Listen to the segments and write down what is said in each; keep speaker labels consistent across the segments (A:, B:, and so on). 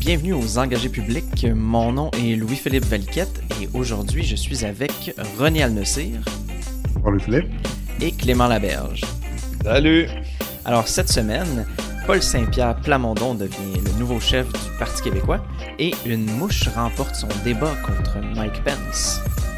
A: Bienvenue aux Engagés publics. Mon nom est Louis-Philippe Valiquette et aujourd'hui je suis avec René Alnessir.
B: Salut Philippe.
A: Et Clément Laberge.
C: Salut!
A: Alors cette semaine, Paul Saint-Pierre Plamondon devient le nouveau chef du Parti québécois et une mouche remporte son débat contre Mike Pence.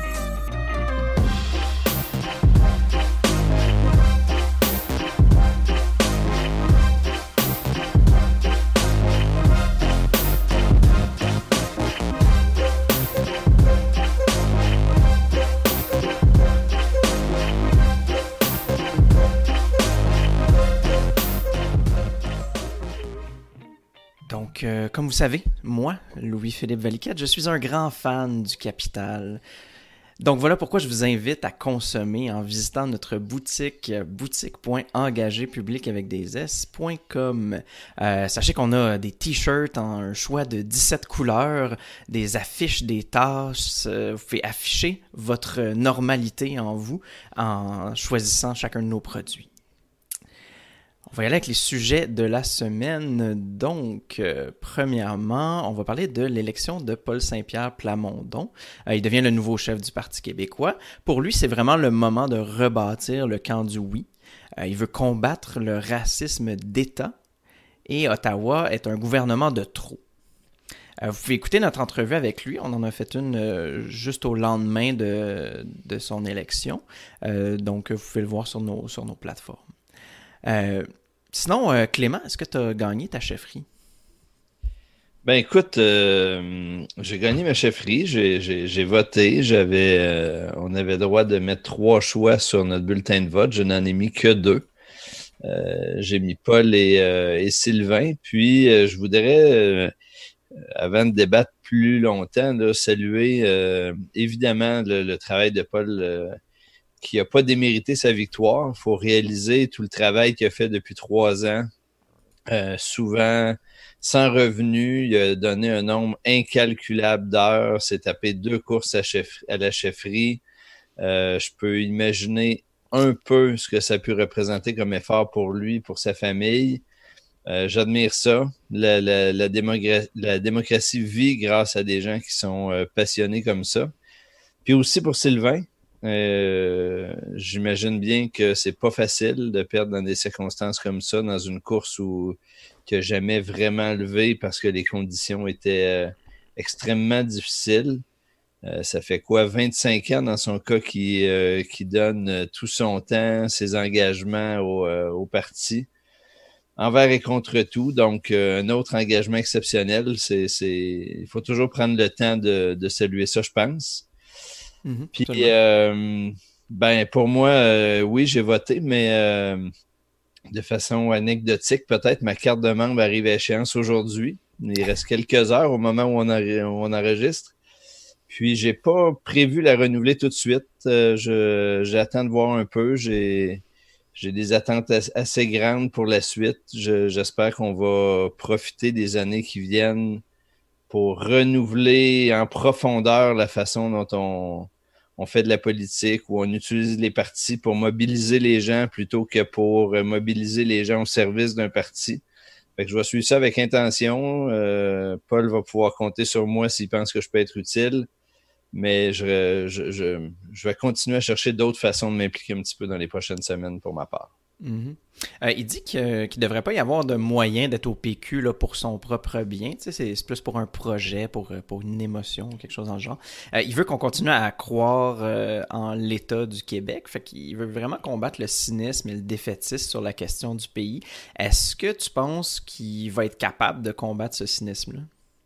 A: Comme vous savez, moi, Louis-Philippe Valiquette, je suis un grand fan du capital. Donc voilà pourquoi je vous invite à consommer en visitant notre boutique, boutique.engagépublic avec des s.com. Sachez qu'on a des t-shirts en un choix de 17 couleurs, des affiches, des tasses. Vous pouvez afficher votre normalité en vous en choisissant chacun de nos produits. On va y aller avec les sujets de la semaine. Donc, premièrement, on va parler de l'élection de Paul Saint-Pierre Plamondon. Il devient le nouveau chef du Parti québécois. Pour lui, c'est vraiment le moment de rebâtir le camp du oui. Il veut combattre le racisme d'État et Ottawa est un gouvernement de trop. Vous pouvez écouter notre entrevue avec lui. On en a fait une juste au lendemain de son élection. Donc, vous pouvez le voir sur nos plateformes. Sinon, Clément, est-ce que tu as gagné ta chefferie?
C: Ben écoute, j'ai gagné ma chefferie, j'ai voté, on avait droit de mettre 3 choix sur notre bulletin de vote, je n'en ai mis que 2. J'ai mis Paul et Sylvain, puis je voudrais, avant de débattre plus longtemps, là, saluer évidemment le travail de Paul qui n'a pas démérité sa victoire. Il faut réaliser tout le travail qu'il a fait depuis 3 ans, souvent sans revenu. Il a donné un nombre incalculable d'heures, s'est tapé 2 courses à la chefferie. Je peux imaginer un peu ce que ça a pu représenter comme effort pour lui, pour sa famille. J'admire ça. La démocratie vit grâce à des gens qui sont passionnés comme ça. Puis aussi pour Sylvain, j'imagine bien que c'est pas facile de perdre dans des circonstances comme ça, dans une course où il n'a jamais vraiment levé parce que les conditions étaient extrêmement difficiles. Ça fait 25 ans dans son cas qui donne tout son temps, ses engagements au parti, envers et contre tout. Donc, un autre engagement exceptionnel. Il faut toujours prendre le temps de saluer ça, je pense. Puis, ben pour moi, oui, j'ai voté, mais de façon anecdotique, peut-être ma carte de membre arrive à échéance aujourd'hui. Il reste quelques heures au moment où on enregistre. Puis, j'ai pas prévu la renouveler tout de suite. J'attends de voir un peu. J'ai des attentes assez grandes pour la suite. J'espère qu'on va profiter des années qui viennent pour renouveler en profondeur la façon dont on fait de la politique, où on utilise les partis pour mobiliser les gens plutôt que pour mobiliser les gens au service d'un parti. Fait que je vais suivre ça avec intention. Paul va pouvoir compter sur moi s'il pense que je peux être utile. Mais je vais continuer à chercher d'autres façons de m'impliquer un petit peu dans les prochaines semaines pour ma part.
A: Mm-hmm. Il dit qu'il ne devrait pas y avoir de moyen d'être au PQ là, pour son propre bien. Tu sais, c'est plus pour un projet, pour une émotion, quelque chose dans le genre. Il veut qu'on continue à croire en l'État du Québec. Fait qu'il veut vraiment combattre le cynisme et le défaitisme sur la question du pays. Est-ce que tu penses qu'il va être capable de combattre ce cynisme-là?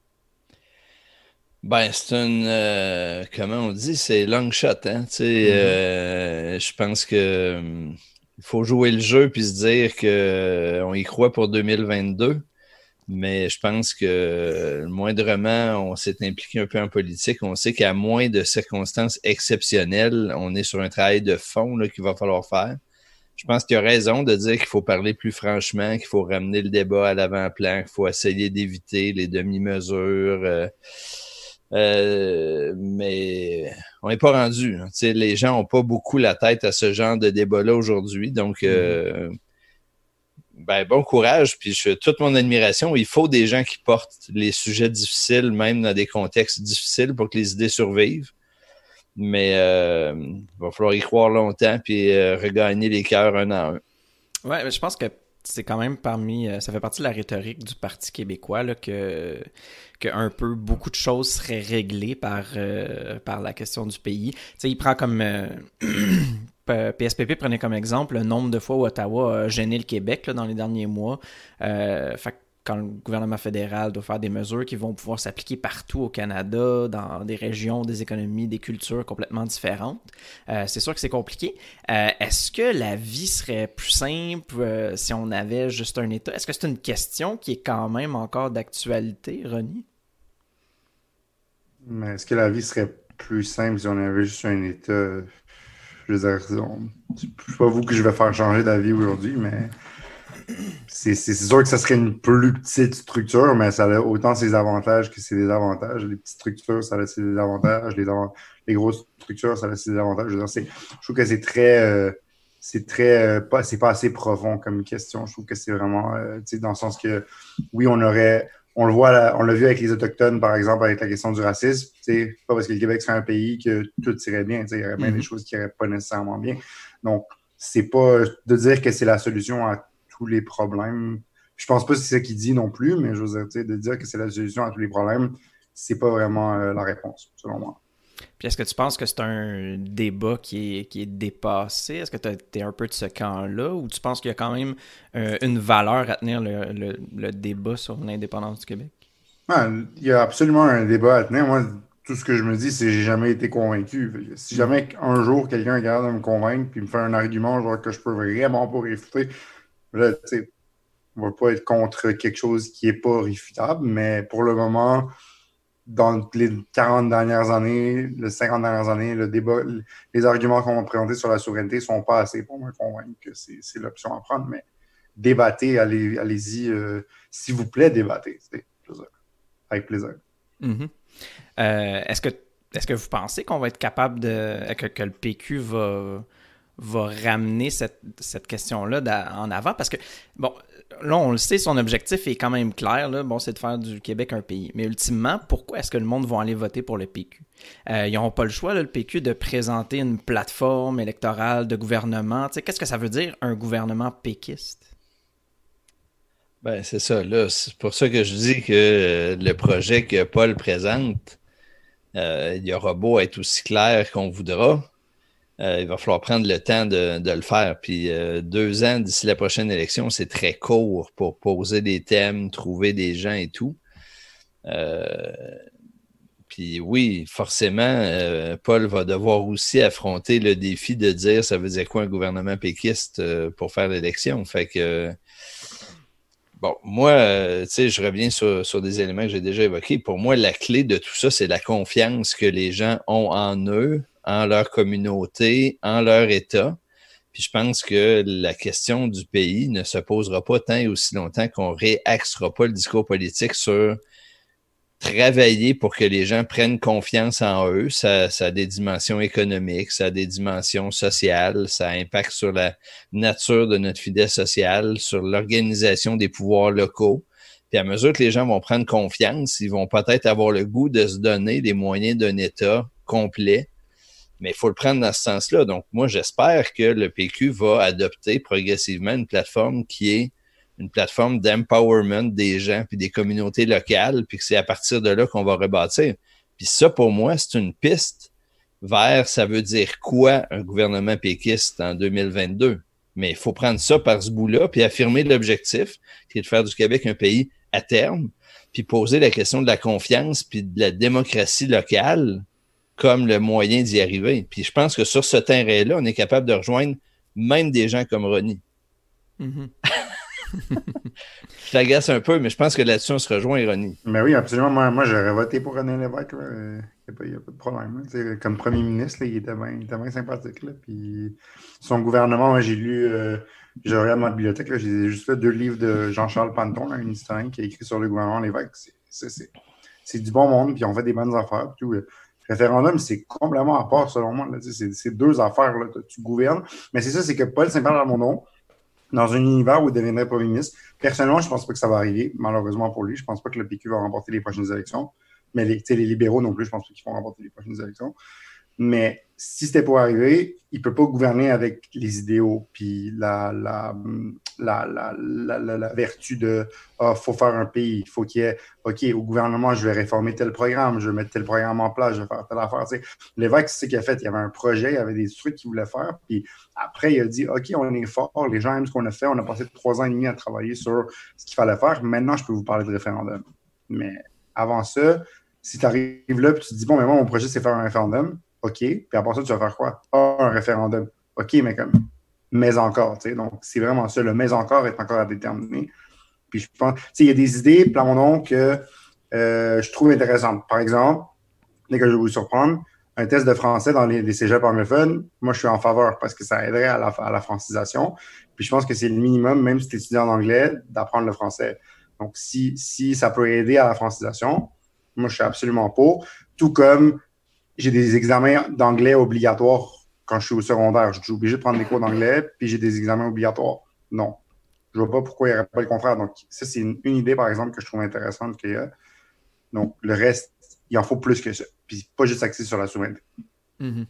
C: Ben, c'est comment on dit, c'est long shot, hein. Tu sais, je pense que il faut jouer le jeu puis se dire que on y croit pour 2022. Mais je pense que moindrement, on s'est impliqué un peu en politique. On sait qu'à moins de circonstances exceptionnelles, on est sur un travail de fond là, qu'il va falloir faire. Je pense qu'il y a raison de dire qu'il faut parler plus franchement, qu'il faut ramener le débat à l'avant-plan, qu'il faut essayer d'éviter les demi-mesures. Mais on n'est pas rendu. Hein. Les gens n'ont pas beaucoup la tête à ce genre de débat-là aujourd'hui. Donc, Ben, bon courage, puis toute mon admiration. Il faut des gens qui portent les sujets difficiles, même dans des contextes difficiles, pour que les idées survivent. Mais il va falloir y croire longtemps, puis regagner les cœurs un à un.
A: Ouais, je pense que c'est quand même ça fait partie de la rhétorique du Parti québécois là, que un peu beaucoup de choses seraient réglées par la question du pays. Tu sais, il prend comme PSPP prenait comme exemple le nombre de fois où Ottawa a gêné le Québec là, dans les derniers mois. Fait que quand le gouvernement fédéral doit faire des mesures qui vont pouvoir s'appliquer partout au Canada, dans des régions, des économies, des cultures complètement différentes, c'est sûr que c'est compliqué. Est-ce que la vie serait plus simple si on avait juste un État? Est-ce que c'est une question qui est quand même encore d'actualité, Ronnie?
B: Mais est-ce que la vie serait plus simple si on avait juste un État? Je veux dire, c'est pas vous que je vais faire changer d'avis aujourd'hui, mais c'est sûr que ça serait une plus petite structure, mais ça a autant ses avantages que ses désavantages. Les petites structures, ça a ses désavantages. Les grosses structures, ça a ses désavantages. Je veux dire, je trouve que c'est pas assez profond comme question. Je trouve que c'est vraiment, dans le sens que, oui, on le voit, on l'a vu avec les Autochtones, par exemple, avec la question du racisme. C'est pas parce que le Québec serait un pays que tout irait bien. Il y aurait bien des choses qui iraient pas nécessairement bien. Donc, c'est pas de dire que c'est la solution à tous les problèmes. Je pense pas que c'est ça qu'il dit non plus, mais je veux dire, de dire que c'est la solution à tous les problèmes, c'est pas vraiment la réponse, selon moi.
A: Puis est-ce que tu penses que c'est un débat qui est dépassé? Est-ce que tu es un peu de ce camp-là? Ou tu penses qu'il y a quand même une valeur à tenir le débat sur l'indépendance du Québec?
B: Ah, il y a absolument un débat à tenir. Moi, tout ce que je me dis, c'est que j'ai jamais été convaincu. Si jamais un jour quelqu'un est capable de me convaincre puis me faire un argument genre que je peux vraiment pas réfuter, là, tu sais, on va pas être contre quelque chose qui est pas réfutable, mais pour le moment, dans les 40 dernières années, les 50 dernières années, le débat, les arguments qu'on va présenter sur la souveraineté sont pas assez pour me convaincre que c'est l'option à prendre, mais débattez, allez-y, s'il vous plaît, débattez, avec plaisir.
A: Mm-hmm. Est-ce que vous pensez qu'on va être capable que le PQ va ramener cette question-là en avant? Parce que, bon, là, on le sait, son objectif est quand même clair. Là. Bon, c'est de faire du Québec un pays. Mais ultimement, pourquoi est-ce que le monde va aller voter pour le PQ? Ils n'auront pas le choix, là, le PQ, de présenter une plateforme électorale de gouvernement. Tu sais, qu'est-ce que ça veut dire, un gouvernement péquiste?
C: Ben, c'est ça. Là, c'est pour ça que je dis que le projet que Paul présente, il y aura beau être aussi clair qu'on voudra. Il va falloir prendre le temps de le faire. Puis 2 ans d'ici la prochaine élection, c'est très court pour poser des thèmes, trouver des gens et tout. Puis oui, forcément, Paul va devoir aussi affronter le défi de dire ça veut dire quoi un gouvernement péquiste pour faire l'élection. Fait que, bon, moi, tu sais, je reviens sur des éléments que j'ai déjà évoqués. Pour moi, la clé de tout ça, c'est la confiance que les gens ont en eux, en leur communauté, en leur État. Puis je pense que la question du pays ne se posera pas tant et aussi longtemps qu'on réaxera pas le discours politique sur travailler pour que les gens prennent confiance en eux. Ça a des dimensions économiques, ça a des dimensions sociales, ça impacte sur la nature de notre filet social, sur l'organisation des pouvoirs locaux. Puis à mesure que les gens vont prendre confiance, ils vont peut-être avoir le goût de se donner les moyens d'un État complet. Mais il faut le prendre dans ce sens-là. Donc, moi, j'espère que le PQ va adopter progressivement une plateforme qui est une plateforme d'empowerment des gens puis des communautés locales, puis que c'est à partir de là qu'on va rebâtir. Puis ça, pour moi, c'est une piste vers ça veut dire quoi un gouvernement péquiste en 2022. Mais il faut prendre ça par ce bout-là, puis affirmer l'objectif, qui est de faire du Québec un pays à terme, puis poser la question de la confiance puis de la démocratie locale comme le moyen d'y arriver. Puis je pense que sur ce terrain-là, on est capable de rejoindre même des gens comme Ronnie. Mm-hmm. Je t'agace un peu, mais je pense que là-dessus, on se rejoint, Ronnie.
B: Mais oui, absolument. Moi j'aurais voté pour René Lévesque. Il n'y a pas de problème. Comme premier ministre, là, il était bien sympathique. Là. Puis son gouvernement, moi, j'ai lu, je regarde ma bibliothèque, là, j'ai juste fait 2 livres de Jean-Charles Panton, là, un historien qui a écrit sur le gouvernement Lévesque. C'est du bon monde, puis on fait des bonnes affaires. Puis tout. Référendum, c'est complètement à part, selon moi. Là. C'est 2 affaires. Là. Tu gouvernes. Mais c'est ça, c'est que Paul Saint-Pierre Plamondon, dans un univers où il deviendrait premier ministre. Personnellement, je pense pas que ça va arriver, malheureusement pour lui. Je pense pas que le PQ va remporter les prochaines élections. Mais les libéraux non plus, je pense pas qu'ils vont remporter les prochaines élections. Mais si c'était pour arriver, il ne peut pas gouverner avec les idéaux, puis la vertu de faut faire un pays, il faut qu'il y ait OK, au gouvernement, je vais réformer tel programme, je vais mettre tel programme en place, je vais faire telle affaire. Tu sais. L'évêque, c'est ce qu'il a fait. Il y avait un projet, il y avait des trucs qu'il voulait faire, puis après, il a dit OK, on est fort, les gens aiment ce qu'on a fait, on a passé 3 ans et demi à travailler sur ce qu'il fallait faire, maintenant, je peux vous parler de référendum. Mais avant ça, si tu arrives là et tu te dis bon, mais moi, mon projet, c'est faire un référendum. OK. Puis après ça, tu vas faire quoi? Ah, un référendum. OK, mais comme, mais encore, tu sais. Donc, c'est vraiment ça. Le mais encore est encore à déterminer. Puis je pense, tu sais, il y a des idées, Plamondon, que je trouve intéressantes. Par exemple, dès que je vais vous surprendre, un test de français dans les cégeps anglophones, moi, je suis en faveur parce que ça aiderait à la francisation. Puis je pense que c'est le minimum, même si tu étudies en anglais, d'apprendre le français. Donc, si ça peut aider à la francisation, moi, je suis absolument pour. Tout comme j'ai des examens d'anglais obligatoires quand je suis au secondaire. Je suis obligé de prendre des cours d'anglais, puis j'ai des examens obligatoires. Non. Je ne vois pas pourquoi il n'y aurait pas le contraire. Donc, ça, c'est une idée, par exemple, que je trouve intéressante qu'il y a. Donc, le reste, il en faut plus que ça. Puis, pas juste axé sur la souveraineté.
A: Mm-hmm.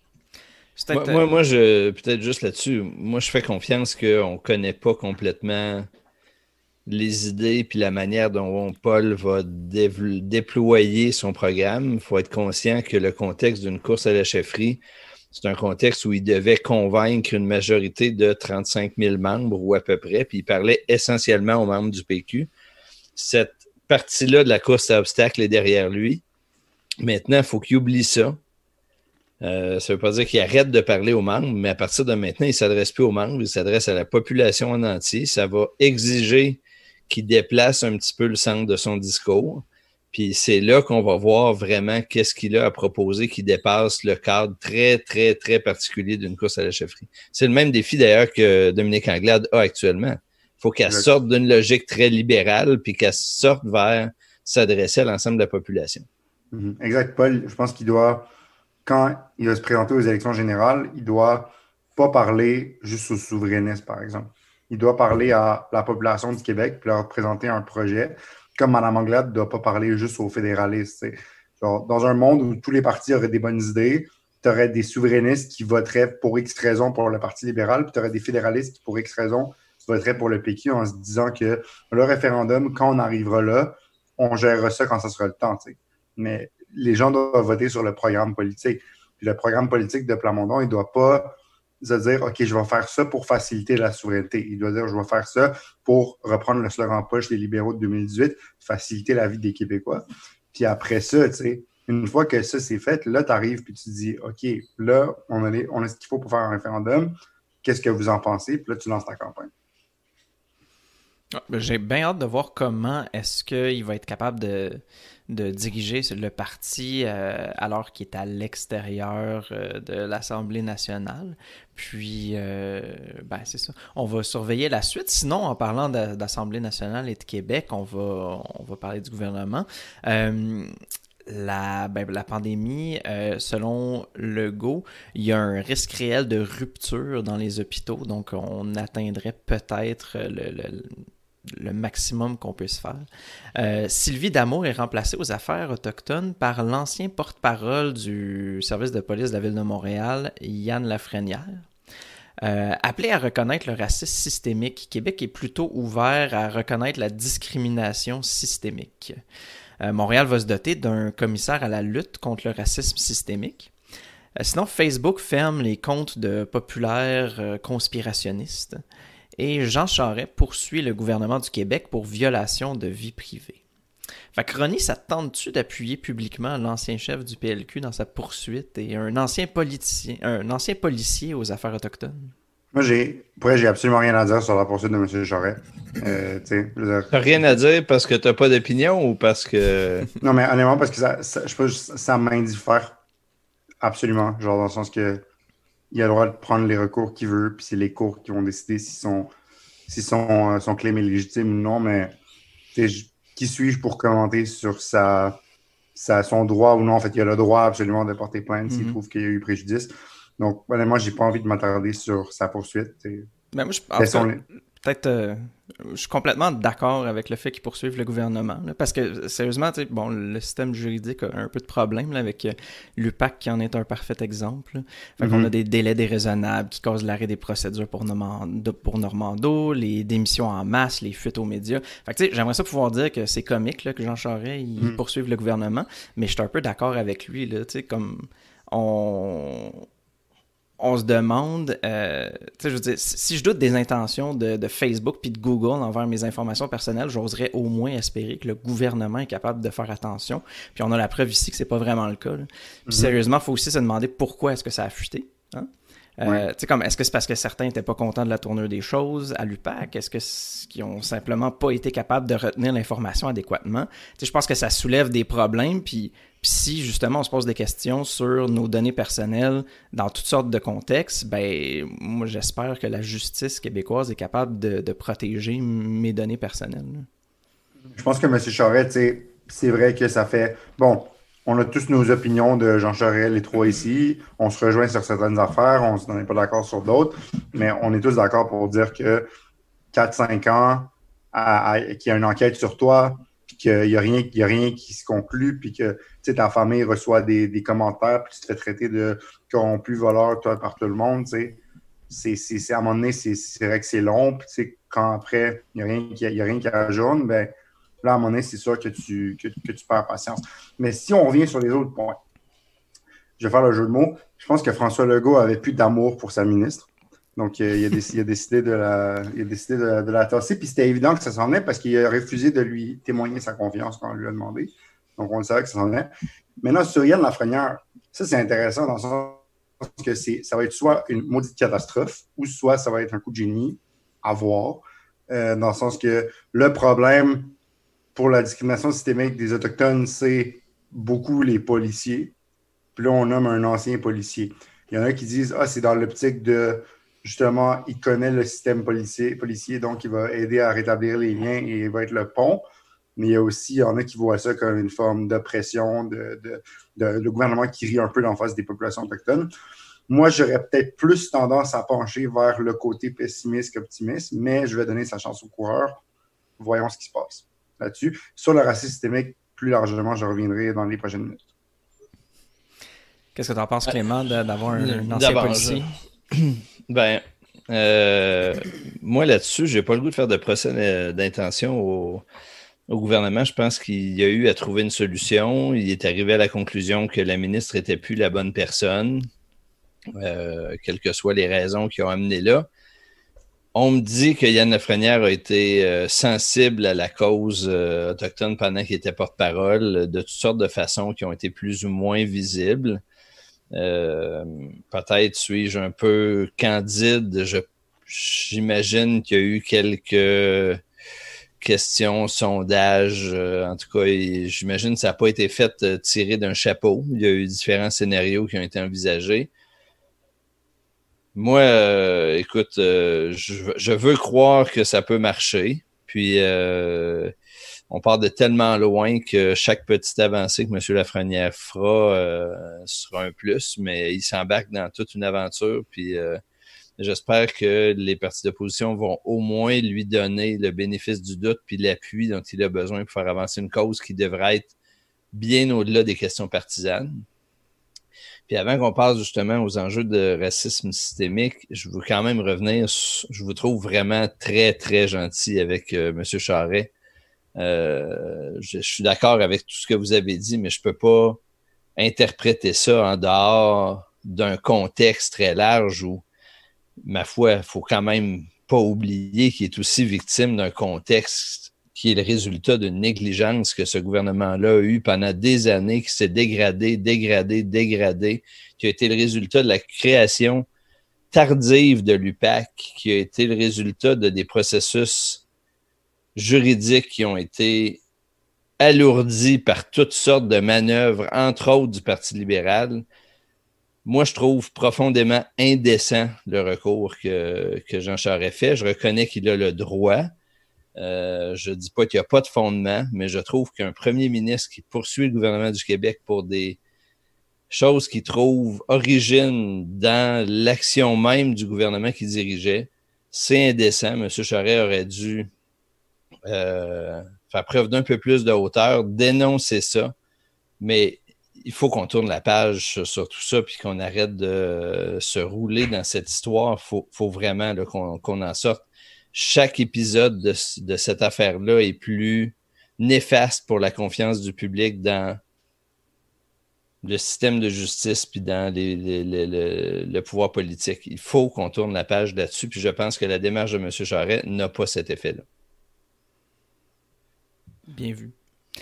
C: Moi, peut-être juste là-dessus, moi, je fais confiance qu'on ne connaît pas complètement les idées puis la manière dont Paul va déployer son programme. Il faut être conscient que le contexte d'une course à la chefferie, c'est un contexte où il devait convaincre une majorité de 35 000 membres ou à peu près, puis il parlait essentiellement aux membres du PQ. Cette partie-là de la course à obstacles est derrière lui. Maintenant, il faut qu'il oublie ça. Ça ne veut pas dire qu'il arrête de parler aux membres, mais à partir de maintenant, il ne s'adresse plus aux membres, il s'adresse à la population en entier. Ça va exiger qu'il déplace un petit peu le centre de son discours. Puis c'est là qu'on va voir vraiment qu'est-ce qu'il a à proposer qui dépasse le cadre très, très, très particulier d'une course à la chefferie. C'est le même défi d'ailleurs que Dominique Anglade a actuellement. Il faut qu'elle sorte d'une logique très libérale puis qu'elle sorte vers s'adresser à l'ensemble de la population.
B: Exact, Paul. Je pense qu'il doit, quand il va se présenter aux élections générales, il doit pas parler juste aux souverainistes, par exemple. Il doit parler à la population du Québec puis leur présenter un projet. Comme Mme Anglade ne doit pas parler juste aux fédéralistes. Genre, dans un monde où tous les partis auraient des bonnes idées, tu aurais des souverainistes qui voteraient pour X raison pour le Parti libéral, puis tu aurais des fédéralistes qui, pour X raison, voteraient pour le PQ en se disant que le référendum, quand on arrivera là, on gérera ça quand ça sera le temps. T'sais. Mais les gens doivent voter sur le programme politique. Puis le programme politique de Plamondon, il ne doit pas se dire « OK, je vais faire ça pour faciliter la souveraineté ». Il doit dire « Je vais faire ça pour reprendre le slogan poche des libéraux de 2018, faciliter la vie des Québécois ». Puis après ça, tu sais, une fois que ça c'est fait, là, tu arrives puis tu te dis « OK, là, on a ce qu'il faut pour faire un référendum. Qu'est-ce que vous en pensez? » Puis là, tu lances ta campagne.
A: J'ai bien hâte de voir comment est-ce qu'il va être capable de diriger le parti alors qu'il est à l'extérieur de l'Assemblée nationale. Puis, c'est ça. On va surveiller la suite. Sinon, en parlant d'Assemblée nationale et de Québec, on va parler du gouvernement. La pandémie, selon Legault, il y a un risque réel de rupture dans les hôpitaux. Donc, on atteindrait peut-être le maximum qu'on puisse faire. Sylvie Damour est remplacée aux affaires autochtones par l'ancien porte-parole du service de police de la Ville de Montréal, Yann Lafrenière. Appelé à reconnaître le racisme systémique, Québec est plutôt ouvert à reconnaître la discrimination systémique. Montréal va se doter d'un commissaire à la lutte contre le racisme systémique. Sinon, Facebook ferme les comptes de populaires conspirationnistes. Et Jean Charest poursuit le gouvernement du Québec pour violation de vie privée. Fait que Ronnie, ça te tente-tu d'appuyer publiquement l'ancien chef du PLQ dans sa poursuite et un ancien policier aux affaires autochtones?
B: Moi, j'ai absolument rien à dire sur la poursuite de M. Charest.
C: T'as rien à dire parce que t'as pas d'opinion ou parce que...
B: Non, mais honnêtement, parce que ça m'indiffère absolument. Genre, dans le sens que il a le droit de prendre les recours qu'il veut, puis c'est les cours qui vont décider son claim est légitime ou non, mais qui suis-je pour commenter sur son droit ou non? En fait, il a le droit absolument de porter plainte s'il trouve qu'il y a eu préjudice. Donc, honnêtement, j'ai pas envie de m'attarder sur sa poursuite.
A: Ben moi, en tout cas, peut-être, je suis complètement d'accord avec le fait qu'ils poursuivent le gouvernement, là, parce que, sérieusement, tu sais, bon, le système juridique a un peu de problème là, avec l'UPAC qui en est un parfait exemple. Là. Fait qu'on a des délais déraisonnables qui causent l'arrêt des procédures pour Normando, les démissions en masse, les fuites aux médias. Fait que, tu sais, j'aimerais ça pouvoir dire que c'est comique là, que Jean Charest, il poursuive le gouvernement, mais je suis un peu d'accord avec lui, là, tu sais, comme on se demande, tu sais, je veux dire, si je doute des intentions de Facebook puis de Google envers mes informations personnelles, j'oserais au moins espérer que le gouvernement est capable de faire attention. Puis on a la preuve ici que c'est pas vraiment le cas. Là. Puis sérieusement, il faut aussi se demander pourquoi est-ce que ça a fuité. Hein? Tu sais, comme, est-ce que c'est parce que certains n'étaient pas contents de la tournure des choses à l'UPAC? Est-ce qu'ils ont simplement pas été capables de retenir l'information adéquatement? Tu sais, je pense que ça soulève des problèmes, puis si, justement, on se pose des questions sur nos données personnelles dans toutes sortes de contextes, ben, moi, j'espère que la justice québécoise est capable de protéger mes données personnelles.
B: Je pense que M. Charest, c'est vrai que ça fait... Bon, on a tous nos opinions de Jean Charest, les trois ici. On se rejoint sur certaines affaires, on n'est pas d'accord sur d'autres, mais on est tous d'accord pour dire que 4-5 ans, qu'il y a une enquête sur toi, puis qu'il n'y a rien qui se conclut, puis que ta famille reçoit des commentaires, puis tu te fais traiter de corrompu, voleur, toi, par tout le monde. À un moment donné, c'est vrai que c'est long, puis quand après, il n'y a rien qui ajoute, ben là, à un moment donné, c'est sûr que tu perds patience. Mais si on revient sur les autres points, je vais faire le jeu de mots. Je pense que François Legault avait plus d'amour pour sa ministre. Donc, il a décidé de la tasser. Puis c'était évident que ça s'en venait parce qu'il a refusé de lui témoigner sa confiance quand on lui a demandé. Donc, on le savait que ça s'en venait. Maintenant, sur Yann Lafrenière, ça, c'est intéressant dans le sens que ça va être soit une maudite catastrophe ou soit ça va être un coup de génie à voir. Dans le sens que le problème pour la discrimination systémique des Autochtones, c'est beaucoup les policiers. Puis là, on nomme un ancien policier. Il y en a qui disent « Ah, c'est dans l'optique de... » Justement, il connaît le système policier, donc il va aider à rétablir les liens et il va être le pont. Mais il y en a qui voient ça comme une forme d'oppression, le gouvernement qui rit un peu d'en face des populations autochtones. Moi, j'aurais peut-être plus tendance à pencher vers le côté pessimiste qu'optimiste, mais je vais donner sa chance au coureur. Voyons ce qui se passe là-dessus. Sur le racisme systémique, plus largement, je reviendrai dans les prochaines minutes.
A: Qu'est-ce que tu en penses, Clément, d'avoir un ancien policier?
C: Ben, moi là-dessus, j'ai pas le goût de faire de procès d'intention au gouvernement. Je pense qu'il y a eu à trouver une solution. Il est arrivé à la conclusion que la ministre n'était plus la bonne personne, quelles que soient les raisons qui ont amené là. On me dit que Yann Lafrenière a été sensible à la cause autochtone pendant qu'il était porte-parole de toutes sortes de façons qui ont été plus ou moins visibles. Peut-être suis-je un peu candide. J'imagine qu'il y a eu quelques questions, sondages. En tout cas, j'imagine que ça n'a pas été fait tirer d'un chapeau. Il y a eu différents scénarios qui ont été envisagés. Moi, écoute, je veux croire que ça peut marcher. Puis, on part de tellement loin que chaque petite avancée que M. Lafrenière fera sera un plus, mais il s'embarque dans toute une aventure. Puis, j'espère que les partis d'opposition vont au moins lui donner le bénéfice du doute puis l'appui dont il a besoin pour faire avancer une cause qui devrait être bien au-delà des questions partisanes. Puis avant qu'on passe justement aux enjeux de racisme systémique, je veux quand même revenir, je vous trouve vraiment très, très gentil avec M. Charest. Je suis d'accord avec tout ce que vous avez dit, mais je peux pas interpréter ça en dehors d'un contexte très large où, ma foi, il faut quand même pas oublier qu'il est aussi victime d'un contexte qui est le résultat d'une négligence que ce gouvernement-là a eu pendant des années, qui s'est dégradé, qui a été le résultat de la création tardive de l'UPAC, qui a été le résultat de des processus juridiques qui ont été alourdis par toutes sortes de manœuvres, entre autres du Parti libéral. Moi, je trouve profondément indécent le recours que Jean Charest fait. Je reconnais qu'il a le droit. Je dis pas qu'il n'y a pas de fondement, mais je trouve qu'un premier ministre qui poursuit le gouvernement du Québec pour des choses qu'il trouve origine dans l'action même du gouvernement qu'il dirigeait, C'est indécent. M. Charest aurait dû faire preuve d'un peu plus de hauteur, dénoncer ça, mais il faut qu'on tourne la page sur tout ça puis qu'on arrête de se rouler dans cette histoire. Faut vraiment là, qu'on en sorte. Chaque épisode de cette affaire-là est plus néfaste pour la confiance du public dans le système de justice puis dans le pouvoir politique. Il faut qu'on tourne la page là-dessus, puis je pense que la démarche de M. Charest n'a pas cet effet-là.
A: Bien vu.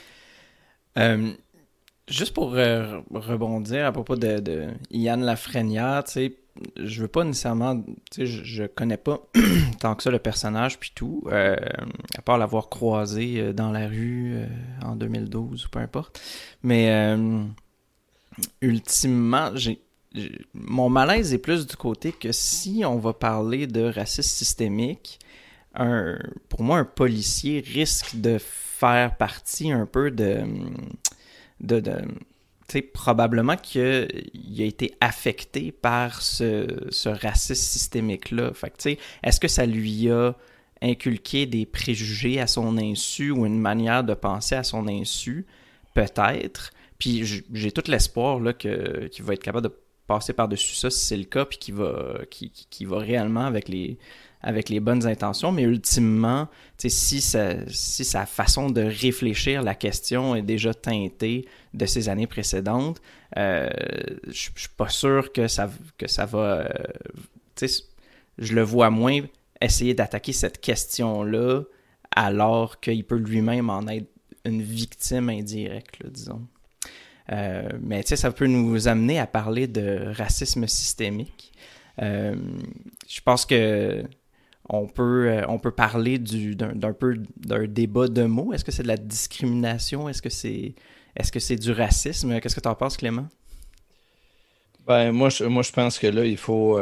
A: Juste pour rebondir à propos de Yann Lafrenière, tu sais, je veux pas nécessairement, tu sais, je connais pas tant que ça le personnage puis tout, à part l'avoir croisé dans la rue en 2012 ou peu importe. Mais ultimement, mon malaise est plus du côté que si on va parler de racisme systémique, pour moi, un policier risque de faire partie un peu de tu sais, probablement qu'il a été affecté par ce racisme systémique-là. Fait que, tu sais, est-ce que ça lui a inculqué des préjugés à son insu ou une manière de penser à son insu? Peut-être. Puis j'ai tout l'espoir là, qu'il va être capable de passer par-dessus ça si c'est le cas, puis qu'il va réellement avec les bonnes intentions, mais ultimement, si sa façon de réfléchir la question est déjà teintée de ses années précédentes, je suis pas sûr que ça va... je le vois moins essayer d'attaquer cette question-là alors qu'il peut lui-même en être une victime indirecte, là, disons. Mais ça peut nous amener à parler de racisme systémique. Je pense que on peut parler d'un débat de mots. Est-ce que c'est de la discrimination? Est-ce que c'est du racisme? Qu'est-ce que tu en penses, Clément?
C: Ben, moi, je pense que là, il faut...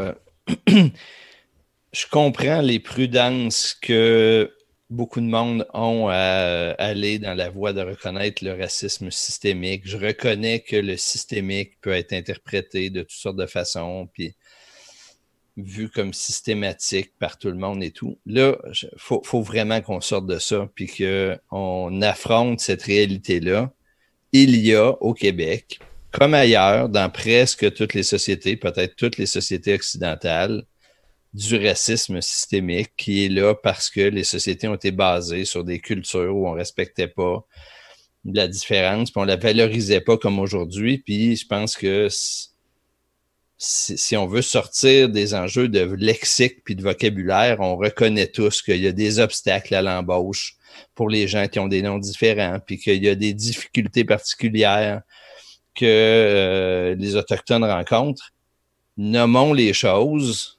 C: je comprends les prudences que beaucoup de monde ont à aller dans la voie de reconnaître le racisme systémique. Je reconnais que le systémique peut être interprété de toutes sortes de façons, puis vu comme systématique par tout le monde et tout. Là, faut vraiment qu'on sorte de ça, puis qu'on affronte cette réalité-là. Il y a au Québec, comme ailleurs, dans presque toutes les sociétés, peut-être toutes les sociétés occidentales, du racisme systémique qui est là parce que les sociétés ont été basées sur des cultures où on respectait pas la différence, puis on la valorisait pas comme aujourd'hui. Puis je pense que si on veut sortir des enjeux de lexique puis de vocabulaire, on reconnaît tous qu'il y a des obstacles à l'embauche pour les gens qui ont des noms différents, puis qu'il y a des difficultés particulières que les Autochtones rencontrent. Nommons les choses.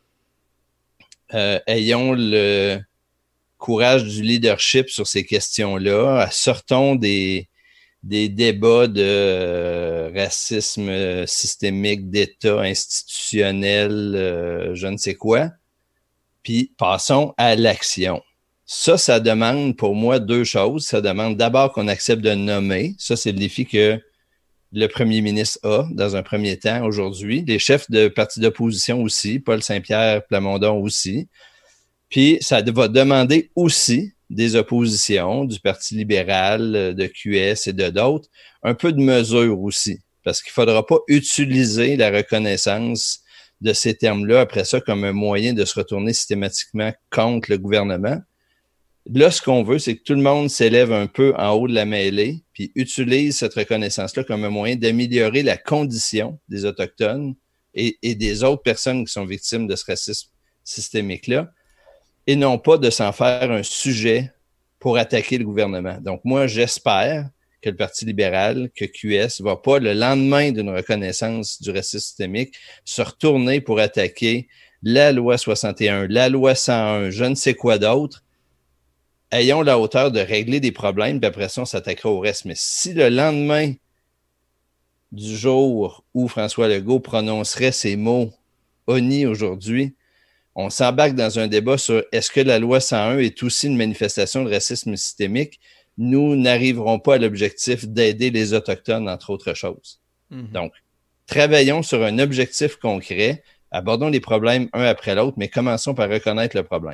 C: Ayons le courage du leadership sur ces questions-là. Sortons des débats de racisme systémique, d'État, institutionnel, je ne sais quoi. Puis passons à l'action. Ça demande pour moi deux choses. Ça demande d'abord qu'on accepte de nommer. Ça, c'est le défi que le premier ministre a dans un premier temps aujourd'hui. Les chefs de partis d'opposition aussi, Paul Saint-Pierre Plamondon aussi. Puis ça va demander aussi des oppositions, du Parti libéral, de QS et de d'autres, un peu de mesure aussi, parce qu'il ne faudra pas utiliser la reconnaissance de ces termes-là après ça comme un moyen de se retourner systématiquement contre le gouvernement. Là, ce qu'on veut, c'est que tout le monde s'élève un peu en haut de la mêlée, puis utilise cette reconnaissance-là comme un moyen d'améliorer la condition des Autochtones et des autres personnes qui sont victimes de ce racisme systémique-là, et non pas de s'en faire un sujet pour attaquer le gouvernement. Donc, moi, j'espère que le Parti libéral, que QS, va pas, le lendemain d'une reconnaissance du racisme systémique, se retourner pour attaquer la loi 61, la loi 101, je ne sais quoi d'autre. Ayons la hauteur de régler des problèmes, puis après ça, on s'attaquera au reste. Mais si le lendemain du jour où François Legault prononcerait ces mots honnis aujourd'hui, on s'embarque dans un débat sur est-ce que la loi 101 est aussi une manifestation de racisme systémique, nous n'arriverons pas à l'objectif d'aider les Autochtones, entre autres choses. Mm-hmm. Donc, travaillons sur un objectif concret, Abordons les problèmes un après l'autre, mais commençons par reconnaître le problème.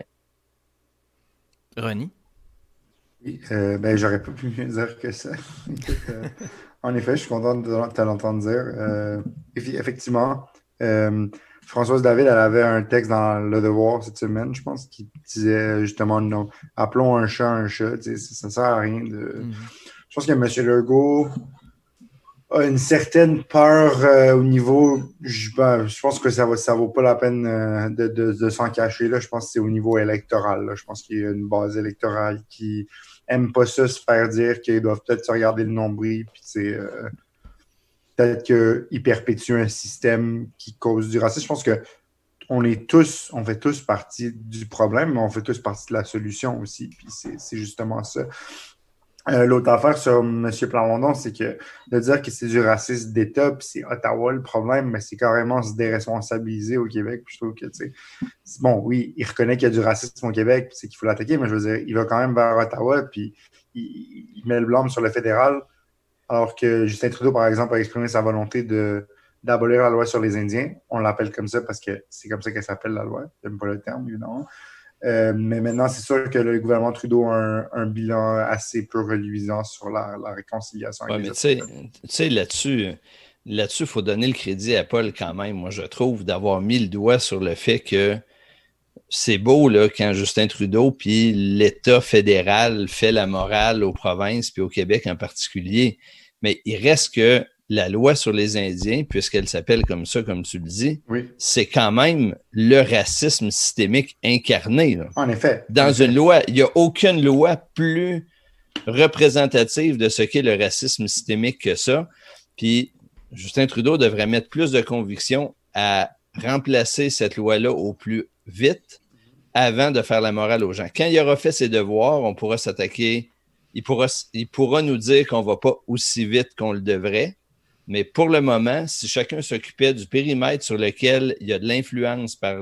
A: Ronnie?
B: Oui, j'aurais pas pu mieux dire que ça. Écoute, en effet, je suis content de te l'entendre dire. Effectivement, Françoise David, elle avait un texte dans Le Devoir cette semaine, je pense, qui disait justement non, appelons un chat un chat. Ça ne sert à rien de. Je pense que M. Legault a une certaine peur au niveau. Je pense que ça vaut pas la peine de s'en cacher. Là. Je pense que c'est au niveau électoral. Là. Je pense qu'il y a une base électorale qui aime pas ça se faire dire qu'ils doivent peut-être se regarder le nombril. Puis peut-être qu'ils perpétuent un système qui cause du racisme. Je pense que on fait tous partie du problème, mais on fait tous partie de la solution aussi. Puis c'est justement ça. L'autre affaire sur M. Plamondon, c'est que de dire que c'est du racisme d'État, puis c'est Ottawa le problème, mais c'est carrément se déresponsabiliser au Québec. Puis je trouve que, bon, oui, il reconnaît qu'il y a du racisme au Québec, puis c'est qu'il faut l'attaquer, mais je veux dire, il va quand même vers Ottawa, puis il met le blâme sur le fédéral, alors que Justin Trudeau, par exemple, a exprimé sa volonté d'abolir la loi sur les Indiens. On l'appelle comme ça parce que c'est comme ça qu'elle s'appelle, la loi. J'aime pas le terme, évidemment. Mais maintenant, c'est sûr que le gouvernement Trudeau a un bilan assez peu reluisant sur la réconciliation.
C: Oui, mais tu sais, là-dessus, il faut donner le crédit à Paul quand même, moi, je trouve, d'avoir mis le doigt sur le fait que c'est beau là, quand Justin Trudeau puis l'État fédéral fait la morale aux provinces puis au Québec en particulier. Mais il reste que la loi sur les Indiens, puisqu'elle s'appelle comme ça, comme tu le dis,
B: oui,
C: c'est quand même le racisme systémique incarné. Là.
B: En effet.
C: Dans une loi, il n'y a aucune loi plus représentative de ce qu'est le racisme systémique que ça. Puis Justin Trudeau devrait mettre plus de conviction à remplacer cette loi-là au plus vite avant de faire la morale aux gens. Quand il aura fait ses devoirs, on pourra s'attaquer. Il pourra nous dire qu'on ne va pas aussi vite qu'on le devrait. Mais pour le moment, si chacun s'occupait du périmètre sur lequel il y a de l'influence par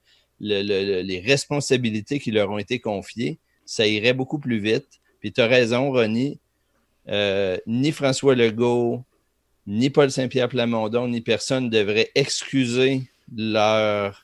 C: les responsabilités qui leur ont été confiées, ça irait beaucoup plus vite. Puis tu as raison, Ronnie, ni François Legault, ni Paul Saint-Pierre Plamondon, ni personne ne devrait excuser leur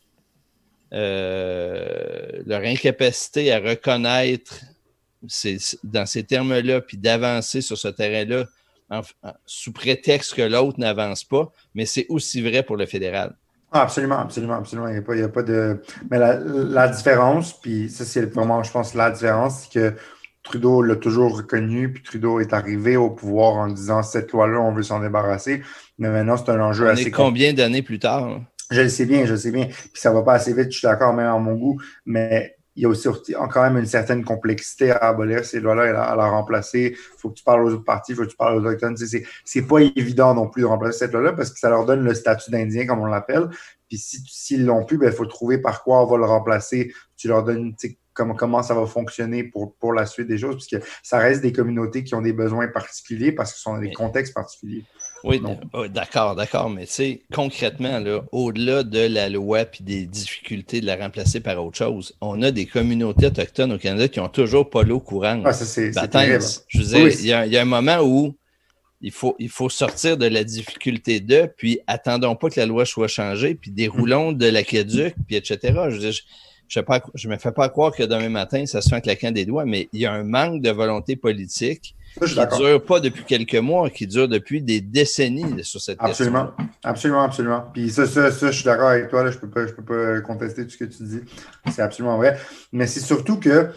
C: incapacité à reconnaître dans ces termes-là, puis d'avancer sur ce terrain-là sous prétexte que l'autre n'avance pas, mais c'est aussi vrai pour le fédéral.
B: Ah, absolument, absolument, absolument. Il n'y a pas de... Mais la différence, puis ça, c'est vraiment, je pense, la différence, c'est que Trudeau l'a toujours reconnu, puis Trudeau est arrivé au pouvoir en disant cette loi-là, on veut s'en débarrasser. Mais maintenant, c'est un enjeu assez...
C: On est combien d'années plus tard? Hein?
B: Je le sais bien. Puis ça va pas assez vite, je suis d'accord, même à mon goût, mais il y a aussi quand même une certaine complexité à abolir ces lois-là et à la remplacer. Il faut que tu parles aux autres partis, il faut que tu parles aux Autochtones. C'est pas évident non plus de remplacer cette loi-là parce que ça leur donne le statut d'Indien, comme on l'appelle. Puis s'ils l'ont plus, il faut trouver par quoi on va le remplacer. Tu leur donnes comment ça va fonctionner pour la suite des choses, puisque ça reste des communautés qui ont des besoins particuliers parce que ce sont des contextes particuliers.
C: Oui, d'accord, mais tu sais, concrètement, là, au-delà de la loi et des difficultés de la remplacer par autre chose, on a des communautés autochtones au Canada qui n'ont toujours pas l'eau courante.
B: Ah, ça, c'est terrible.
C: Je veux dire, il y a un moment où il faut sortir de la difficulté puis attendons pas que la loi soit changée, puis déroulons de l'aqueduc, puis etc. Je veux dire, je me fais pas croire que demain matin, ça se fait en claquant des doigts, mais il y a un manque de volonté politique qui ne dure pas depuis quelques mois, qui dure depuis des décennies sur cette question.
B: Absolument. Puis ça, je suis d'accord avec toi. Là, je peux pas contester tout ce que tu dis. C'est absolument vrai. Mais c'est surtout que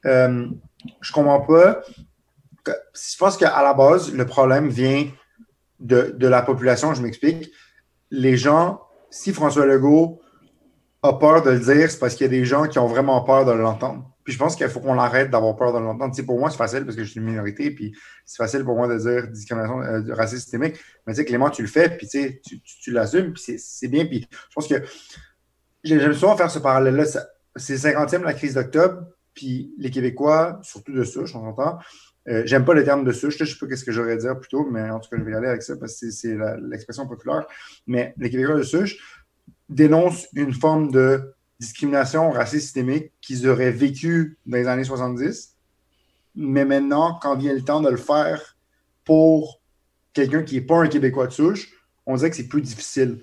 B: je comprends pas. Je pense qu'à la base, le problème vient de la population. Je m'explique. Les gens, si François Legault a peur de le dire, c'est parce qu'il y a des gens qui ont vraiment peur de l'entendre. Puis je pense qu'il faut qu'on arrête d'avoir peur de l'entendre. Pour moi, c'est facile parce que je suis une minorité, puis c'est facile pour moi de dire discrimination, racisme systémique. Mais tu sais, Clément, tu le fais, puis tu l'assumes, puis c'est bien. Puis je pense que j'aime souvent faire ce parallèle-là. C'est le 50e, la crise d'octobre, puis les Québécois, surtout de souche, on s'entend. J'aime pas le terme de souche, je sais pas ce que j'aurais dire plutôt, mais en tout cas, je vais y aller avec ça parce que c'est l'expression populaire. Mais les Québécois de souche dénoncent une forme de discrimination raciste systémique qu'ils auraient vécu dans les années 70. Mais maintenant, quand vient le temps de le faire pour quelqu'un qui n'est pas un Québécois de souche, on dirait que c'est plus difficile.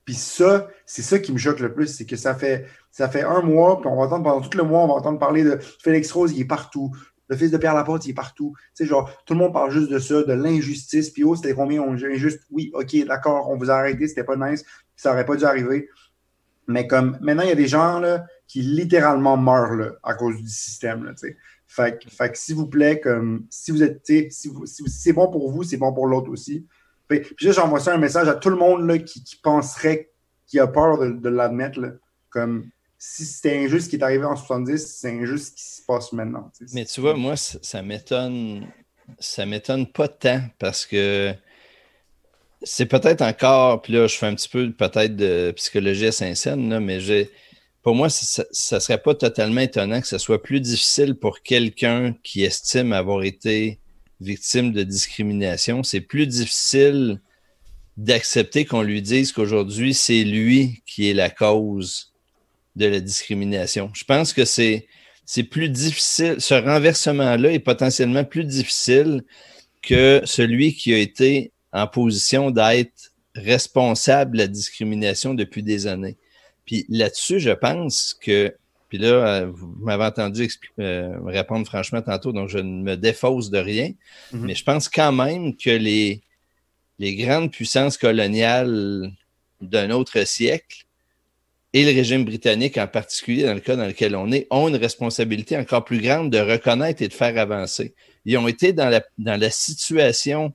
B: Puis ça, c'est ça qui me choque le plus, c'est que ça fait un mois, puis on va entendre pendant tout le mois, on va entendre parler de Félix Rose, il est partout. Le fils de Pierre Laporte, il est partout. Tu sais, genre, tout le monde parle juste de ça, de l'injustice. Puis c'était combien on injuste? Oui, OK, d'accord, on vous a arrêté, c'était pas nice, ça aurait pas dû arriver. Mais comme maintenant, il y a des gens là, qui littéralement meurent là, à cause du système. Là, fait que s'il vous plaît, comme si vous êtes, si c'est bon pour vous, c'est bon pour l'autre aussi. Puis là, j'envoie ça un message à tout le monde là, qui penserait, qui a peur de l'admettre. Là, comme si c'était injuste ce qui est arrivé en 70, c'est injuste ce qui se passe maintenant.
C: Mais tu vois, moi, ça m'étonne pas tant parce que c'est peut-être encore, puis là, je fais un petit peu peut-être de psychologie à Saint-Saëns, là, mais pour moi, ça ne serait pas totalement étonnant que ce soit plus difficile pour quelqu'un qui estime avoir été victime de discrimination. C'est plus difficile d'accepter qu'on lui dise qu'aujourd'hui, c'est lui qui est la cause de la discrimination. Je pense que c'est plus difficile, ce renversement-là est potentiellement plus difficile que celui qui a été en position d'être responsable de la discrimination depuis des années. Puis là-dessus, je pense que, puis là, vous m'avez entendu me répondre franchement tantôt, donc je ne me défausse de rien, mais je pense quand même que les grandes puissances coloniales d'un autre siècle et le régime britannique en particulier, dans le cas dans lequel on est, ont une responsabilité encore plus grande de reconnaître et de faire avancer. Ils ont été dans la situation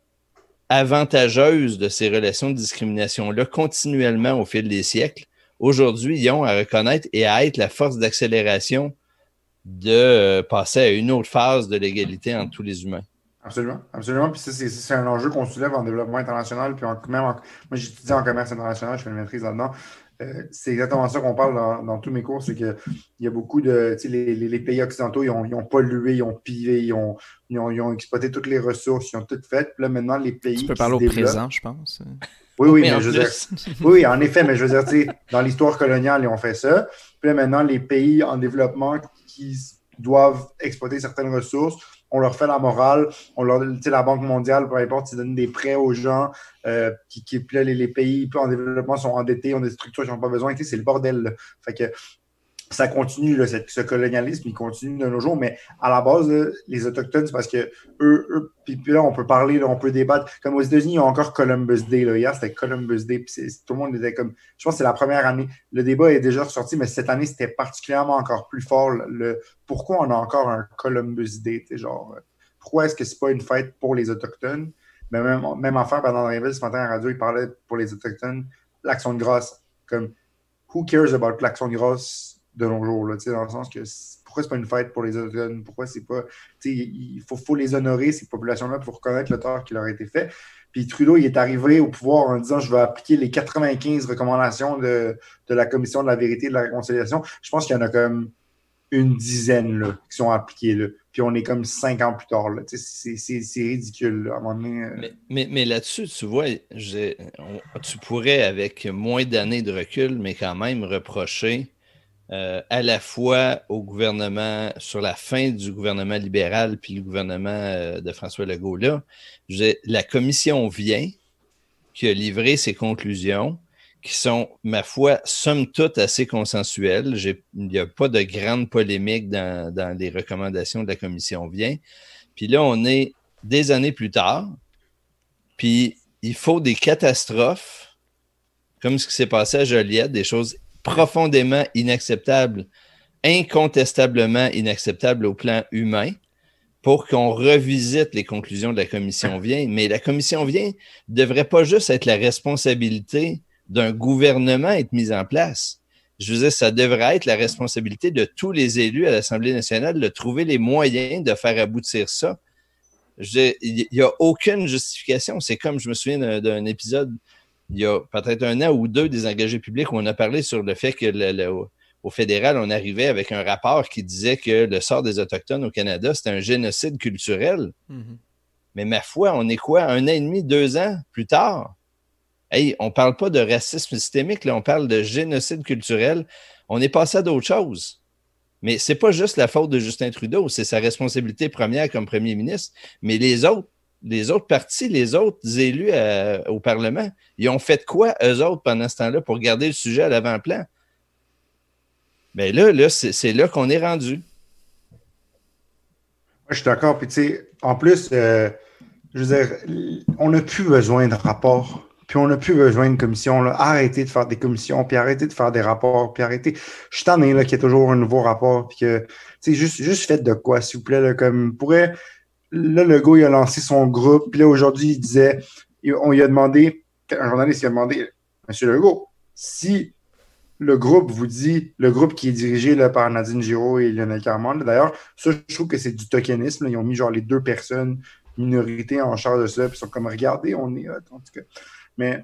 C: avantageuse de ces relations de discrimination-là continuellement au fil des siècles. Aujourd'hui, ils ont à reconnaître et à être la force d'accélération de passer à une autre phase de l'égalité entre tous les humains.
B: Absolument, absolument. Puis ça, c'est un enjeu qu'on soulève en développement international. Puis moi, j'étudie en commerce international, je fais une maîtrise là-dedans. C'est exactement ça qu'on parle dans tous mes cours, c'est qu'il y a beaucoup de, tu sais, les pays occidentaux, ils ont pollué, ils ont pillé, ils ont exploité toutes les ressources, ils ont tout fait. Puis là, maintenant, les pays
A: Tu peux parler au présent, je pense.
B: Oui, mais je veux dire, oui, en effet, mais je veux dire, tu sais, dans l'histoire coloniale, ils ont fait ça. Puis là, maintenant, les pays en développement qui doivent exploiter certaines ressources, on leur fait la morale, la Banque mondiale, peu importe, ils donnent des prêts aux gens, puis là, les pays en développement sont endettés, ont des structures qui n'ont pas besoin, c'est le bordel. Là. Fait que ça continue, là, ce colonialisme, il continue de nos jours, mais à la base, là, les Autochtones, c'est parce que eux puis là, on peut parler, là, on peut débattre. Comme aux États-Unis, il y a encore Columbus Day. Là. Hier, c'était Columbus Day, puis tout le monde était comme... Je pense que c'est la première année. Le débat est déjà ressorti, mais cette année, c'était particulièrement encore plus fort. Pourquoi on a encore un Columbus Day? Genre, pourquoi est-ce que c'est pas une fête pour les Autochtones? Mais même affaire, Bernard Drinville, ce matin à la radio, il parlait pour les Autochtones, l'Action de grâce. Comme, who cares about l'Action de grâce de nos jours, là, dans le sens que pourquoi c'est pas une fête pour les Autochtones? Pourquoi c'est pas... Il faut les honorer, ces populations-là, pour reconnaître le tort qui leur a été fait. Puis Trudeau, il est arrivé au pouvoir en disant « Je vais appliquer les 95 recommandations de la Commission de la vérité et de la réconciliation. » Je pense qu'il y en a comme une dizaine là, qui sont appliquées. Là. Puis on est comme 5 ans plus tard. Là. C'est ridicule. Là, à un moment donné,
C: mais là-dessus, tu vois, tu pourrais, avec moins d'années de recul, mais quand même reprocher à la fois au gouvernement, sur la fin du gouvernement libéral puis le gouvernement de François Legault, là, la commission vient qui a livré ses conclusions qui sont, ma foi, somme toute assez consensuelles. Il n'y a pas de grande polémique dans les recommandations de la commission vient. Puis là, on est des années plus tard, puis il faut des catastrophes, comme ce qui s'est passé à Joliette, des choses profondément inacceptables, incontestablement inacceptables au plan humain, pour qu'on revisite les conclusions de la commission vient. Mais la commission vient ne devrait pas juste être la responsabilité d'un gouvernement être mise en place. Je veux dire, ça devrait être la responsabilité de tous les élus à l'Assemblée nationale de trouver les moyens de faire aboutir ça. Il n'y a aucune justification. C'est comme, je me souviens d'un épisode, il y a peut-être 1 an ou 2 des engagés publics où on a parlé sur le fait que au fédéral, on arrivait avec un rapport qui disait que le sort des Autochtones au Canada, c'était un génocide culturel. Mm-hmm. Mais ma foi, on est quoi, 1 an et demi, 2 ans plus tard? Hey, on parle pas de racisme systémique, là, on parle de génocide culturel. On est passé à d'autres choses. Mais c'est pas juste la faute de Justin Trudeau, c'est sa responsabilité première comme premier ministre. Mais les autres, Les autres partis, les autres élus au Parlement, ils ont fait quoi, eux autres, pendant ce temps-là, pour garder le sujet à l'avant-plan? Mais là c'est là qu'on est rendu.
B: Je suis d'accord. Puis, tu sais, en plus, je veux dire, on n'a plus besoin de rapports. Puis, on n'a plus besoin de commissions. Là. Arrêtez de faire des commissions, puis arrêtez de faire des rapports, puis arrêtez. Je suis tanné là, qu'il y ait toujours un nouveau rapport. Puis que, tu sais, juste faites de quoi, s'il vous plaît. Là, comme, pourrait. Là, Legault, il a lancé son groupe. Puis là, aujourd'hui, il disait, on lui a demandé, un journaliste lui a demandé, Monsieur Legault, si le groupe vous dit, le groupe qui est dirigé là, par Nadine Giraud et Lionel Carman, d'ailleurs, ça, je trouve que c'est du tokenisme. Là. Ils ont mis genre les 2 personnes minorités en charge de ça, puis ils sont comme, regardez, on est en tout cas. Mais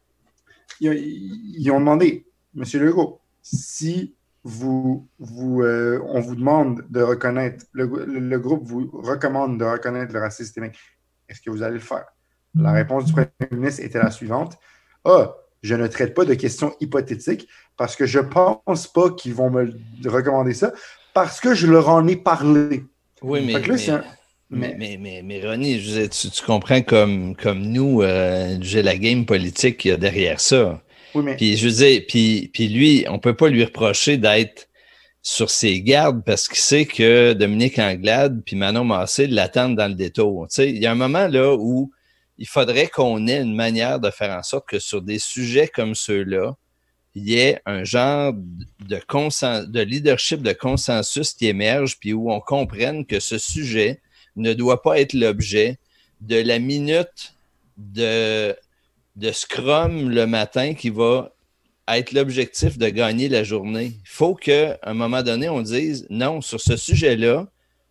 B: ils ont demandé, Monsieur Legault, si on vous demande de reconnaître, le groupe vous recommande de reconnaître le racisme systémique, est-ce que vous allez le faire? La réponse du premier ministre était la suivante. Je ne traite pas de questions hypothétiques parce que je ne pense pas qu'ils vont me recommander ça parce que je leur en ai parlé.
C: Oui, mais Ronnie, je veux dire, tu comprends comme nous, j'ai la game politique qu'il y a derrière ça.
B: Oui, mais...
C: Puis je veux dire, puis lui, on ne peut pas lui reprocher d'être sur ses gardes parce qu'il sait que Dominique Anglade puis Manon Massé l'attendent dans le détour. Tu sais, il y a un moment là où il faudrait qu'on ait une manière de faire en sorte que sur des sujets comme ceux-là, il y ait un genre de leadership, de consensus qui émerge, puis où on comprenne que ce sujet ne doit pas être l'objet de la minute de scrum le matin qui va être l'objectif de gagner la journée. Il faut qu'à un moment donné, on dise non, sur ce sujet-là,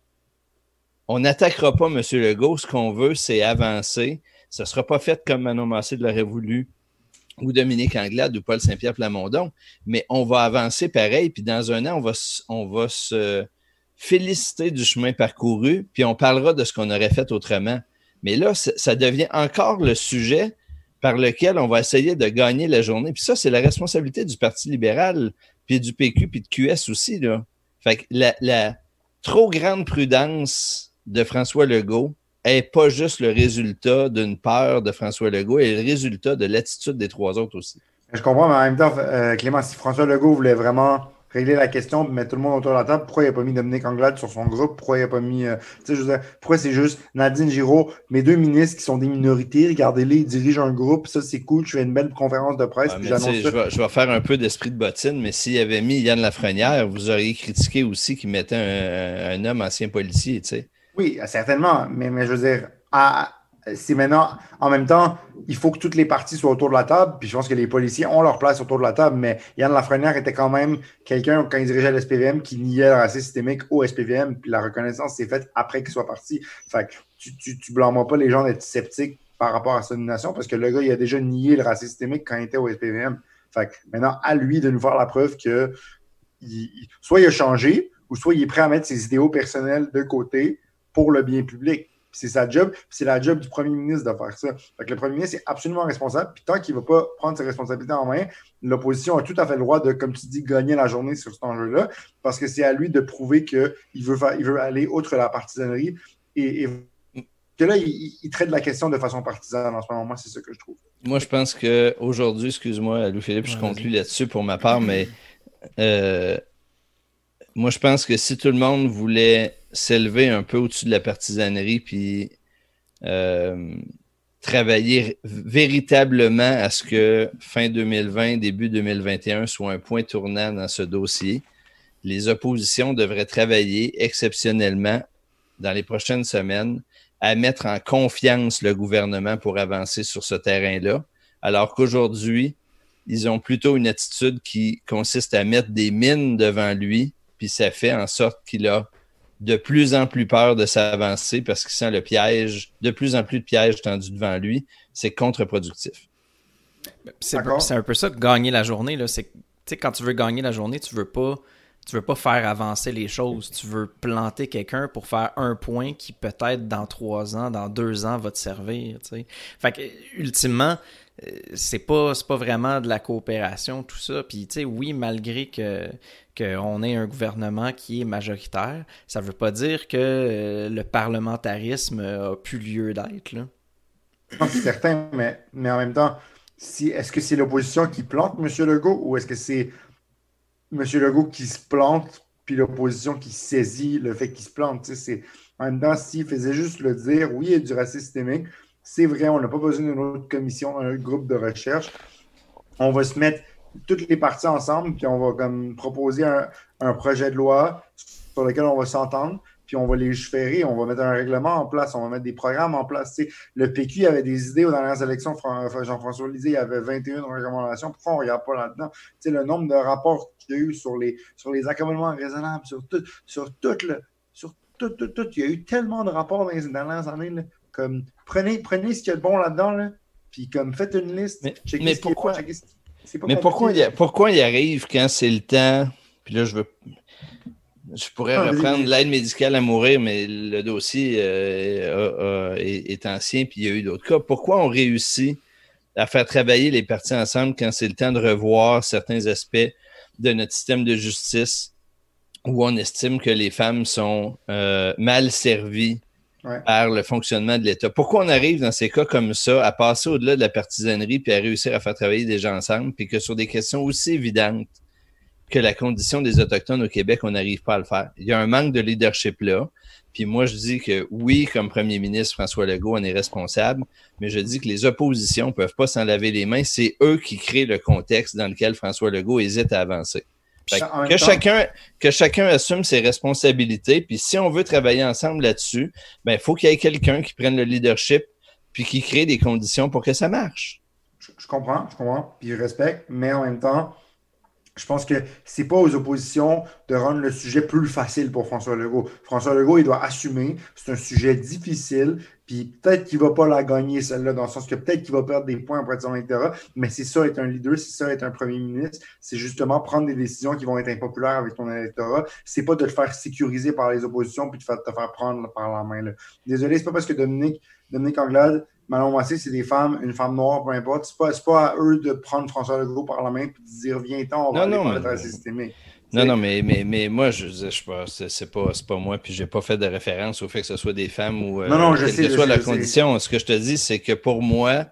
C: on n'attaquera pas M. Legault. Ce qu'on veut, c'est avancer. Ce ne sera pas fait comme Manon Massé l'aurait voulu, ou Dominique Anglade, ou Paul Saint-Pierre Plamondon, mais on va avancer pareil, puis dans un an, on va se féliciter du chemin parcouru, puis on parlera de ce qu'on aurait fait autrement. Mais là, ça devient encore le sujet par lequel on va essayer de gagner la journée. Puis ça, c'est la responsabilité du Parti libéral, puis du PQ, puis de QS aussi, là. Fait que la trop grande prudence de François Legault n'est pas juste le résultat d'une peur de François Legault, elle est le résultat de l'attitude des 3 autres aussi.
B: Je comprends, mais en même temps, Clément, si François Legault voulait vraiment régler la question, mettre tout le monde autour de la table, pourquoi il n'a pas mis Dominique Anglade sur son groupe? Pourquoi il n'a pas mis... je veux dire, pourquoi c'est juste Nadine Giraud, mes 2 ministres qui sont des minorités, regardez-les, ils dirigent un groupe, ça c'est cool, je fais une belle conférence de presse, puis j'annonce ça.
C: Je vais faire un peu d'esprit de bottine, mais s'il avait mis Yann Lafrenière, vous auriez critiqué aussi qu'il mettait un homme ancien policier, tu sais.
B: Oui, certainement, mais je veux dire... c'est maintenant, en même temps, il faut que toutes les parties soient autour de la table, puis je pense que les policiers ont leur place autour de la table, mais Yann Lafrenière était quand même quelqu'un, quand il dirigeait l'SPVM, qui niait le racisme systémique au SPVM, puis la reconnaissance s'est faite après qu'il soit parti. Fait que tu blâmes pas les gens d'être sceptiques par rapport à sa nomination, parce que le gars, il a déjà nié le racisme systémique quand il était au SPVM. Fait que maintenant, à lui de nous faire la preuve que soit il a changé, ou soit il est prêt à mettre ses idéaux personnels de côté pour le bien public. C'est sa job, c'est la job du premier ministre de faire ça. Fait que le premier ministre est absolument responsable, puis tant qu'il ne va pas prendre ses responsabilités en main, l'opposition a tout à fait le droit de, comme tu dis, gagner la journée sur cet enjeu-là, parce que c'est à lui de prouver qu'il veut aller outre la partisanerie et que là, il traite la question de façon partisane en ce moment. Moi, c'est ce que je trouve.
C: Moi, je pense qu'aujourd'hui, excuse-moi, Louis-Philippe, je conclue là-dessus pour ma part, mais moi, je pense que si tout le monde voulait s'élever un peu au-dessus de la partisanerie puis travailler véritablement à ce que fin 2020, début 2021 soit un point tournant dans ce dossier, les oppositions devraient travailler exceptionnellement dans les prochaines semaines à mettre en confiance le gouvernement pour avancer sur ce terrain-là, alors qu'aujourd'hui, ils ont plutôt une attitude qui consiste à mettre des mines devant lui, puis ça fait en sorte qu'il a de plus en plus peur de s'avancer parce qu'il sent le piège, de plus en plus de pièges tendus devant lui. C'est contre-productif.
A: C'est un peu ça de gagner la journée, là. C'est, quand tu veux gagner la journée, tu veux pas faire avancer les choses. Tu veux planter quelqu'un pour faire un point qui peut-être dans 3 ans, dans 2 ans va te servir. T'sais. Fait que ultimement, c'est pas vraiment de la coopération, tout ça. Puis, tu sais, oui, malgré qu'on ait un gouvernement qui est majoritaire, ça veut pas dire que le parlementarisme a plus lieu d'être, là.
B: Non, c'est certain, mais en même temps, est-ce que c'est l'opposition qui plante M. Legault ou est-ce que c'est M. Legault qui se plante puis l'opposition qui saisit le fait qu'il se plante? En même temps, s'il faisait juste le dire, oui, il y a du racisme systémique, c'est vrai, on n'a pas besoin d'une autre commission, un autre groupe de recherche. On va se mettre toutes les parties ensemble, puis on va comme proposer un projet de loi sur lequel on va s'entendre, puis on va légiférer, on va mettre un règlement en place, on va mettre des programmes en place. Le PQ avait des idées aux dernières élections, Jean-François Lisée, il y avait 21 recommandations. Pourquoi on ne regarde pas là-dedans? Le nombre de rapports qu'il y a eu sur les accommodements raisonnables, sur tout, il y a eu tellement de rapports dans les dernières années, là, comme prenez ce qu'il y a de bon là-dedans, là, puis comme faites une liste.
C: Mais pourquoi il arrive quand c'est le temps? Puis là, je pourrais reprendre l'aide médicale à mourir, mais le dossier est ancien, puis il y a eu d'autres cas. Pourquoi on réussit à faire travailler les parties ensemble quand c'est le temps de revoir certains aspects de notre système de justice où on estime que les femmes sont mal servies par le fonctionnement de l'État? Pourquoi on arrive dans ces cas comme ça à passer au-delà de la partisanerie puis à réussir à faire travailler des gens ensemble, puis que sur des questions aussi évidentes que la condition des Autochtones au Québec, on n'arrive pas à le faire? Il y a un manque de leadership là. Puis moi, je dis que oui, comme premier ministre François Legault, on est responsable, mais je dis que les oppositions ne peuvent pas s'en laver les mains. C'est eux qui créent le contexte dans lequel François Legault hésite à avancer. Que chacun assume ses responsabilités, puis si on veut travailler ensemble là-dessus, il faut qu'il y ait quelqu'un qui prenne le leadership puis qui crée des conditions pour que ça marche.
B: Je comprends, puis je respecte, mais en même temps, je pense que c'est pas aux oppositions de rendre le sujet plus facile pour François Legault. François Legault, il doit assumer, c'est un sujet difficile, puis peut-être qu'il va pas la gagner, celle-là, dans le sens que peut-être qu'il va perdre des points auprès de son électorat, mais c'est ça être un leader, c'est ça être un premier ministre, c'est justement prendre des décisions qui vont être impopulaires avec ton électorat. C'est pas de te faire sécuriser par les oppositions puis de te faire prendre par la main, là. Désolé, c'est pas parce que Dominique Anglade, Manon Massé, c'est des femmes, une femme noire, peu importe. C'est pas à eux de prendre François Legault par la main et de dire viens-t'en, on va aller parler de racisme systémique.
C: Non, mais moi, je sais pas, c'est pas moi, puis j'ai pas fait de référence au fait que ce soit des femmes ou quelle que soit la condition. Ce que je te dis, c'est que pour moi,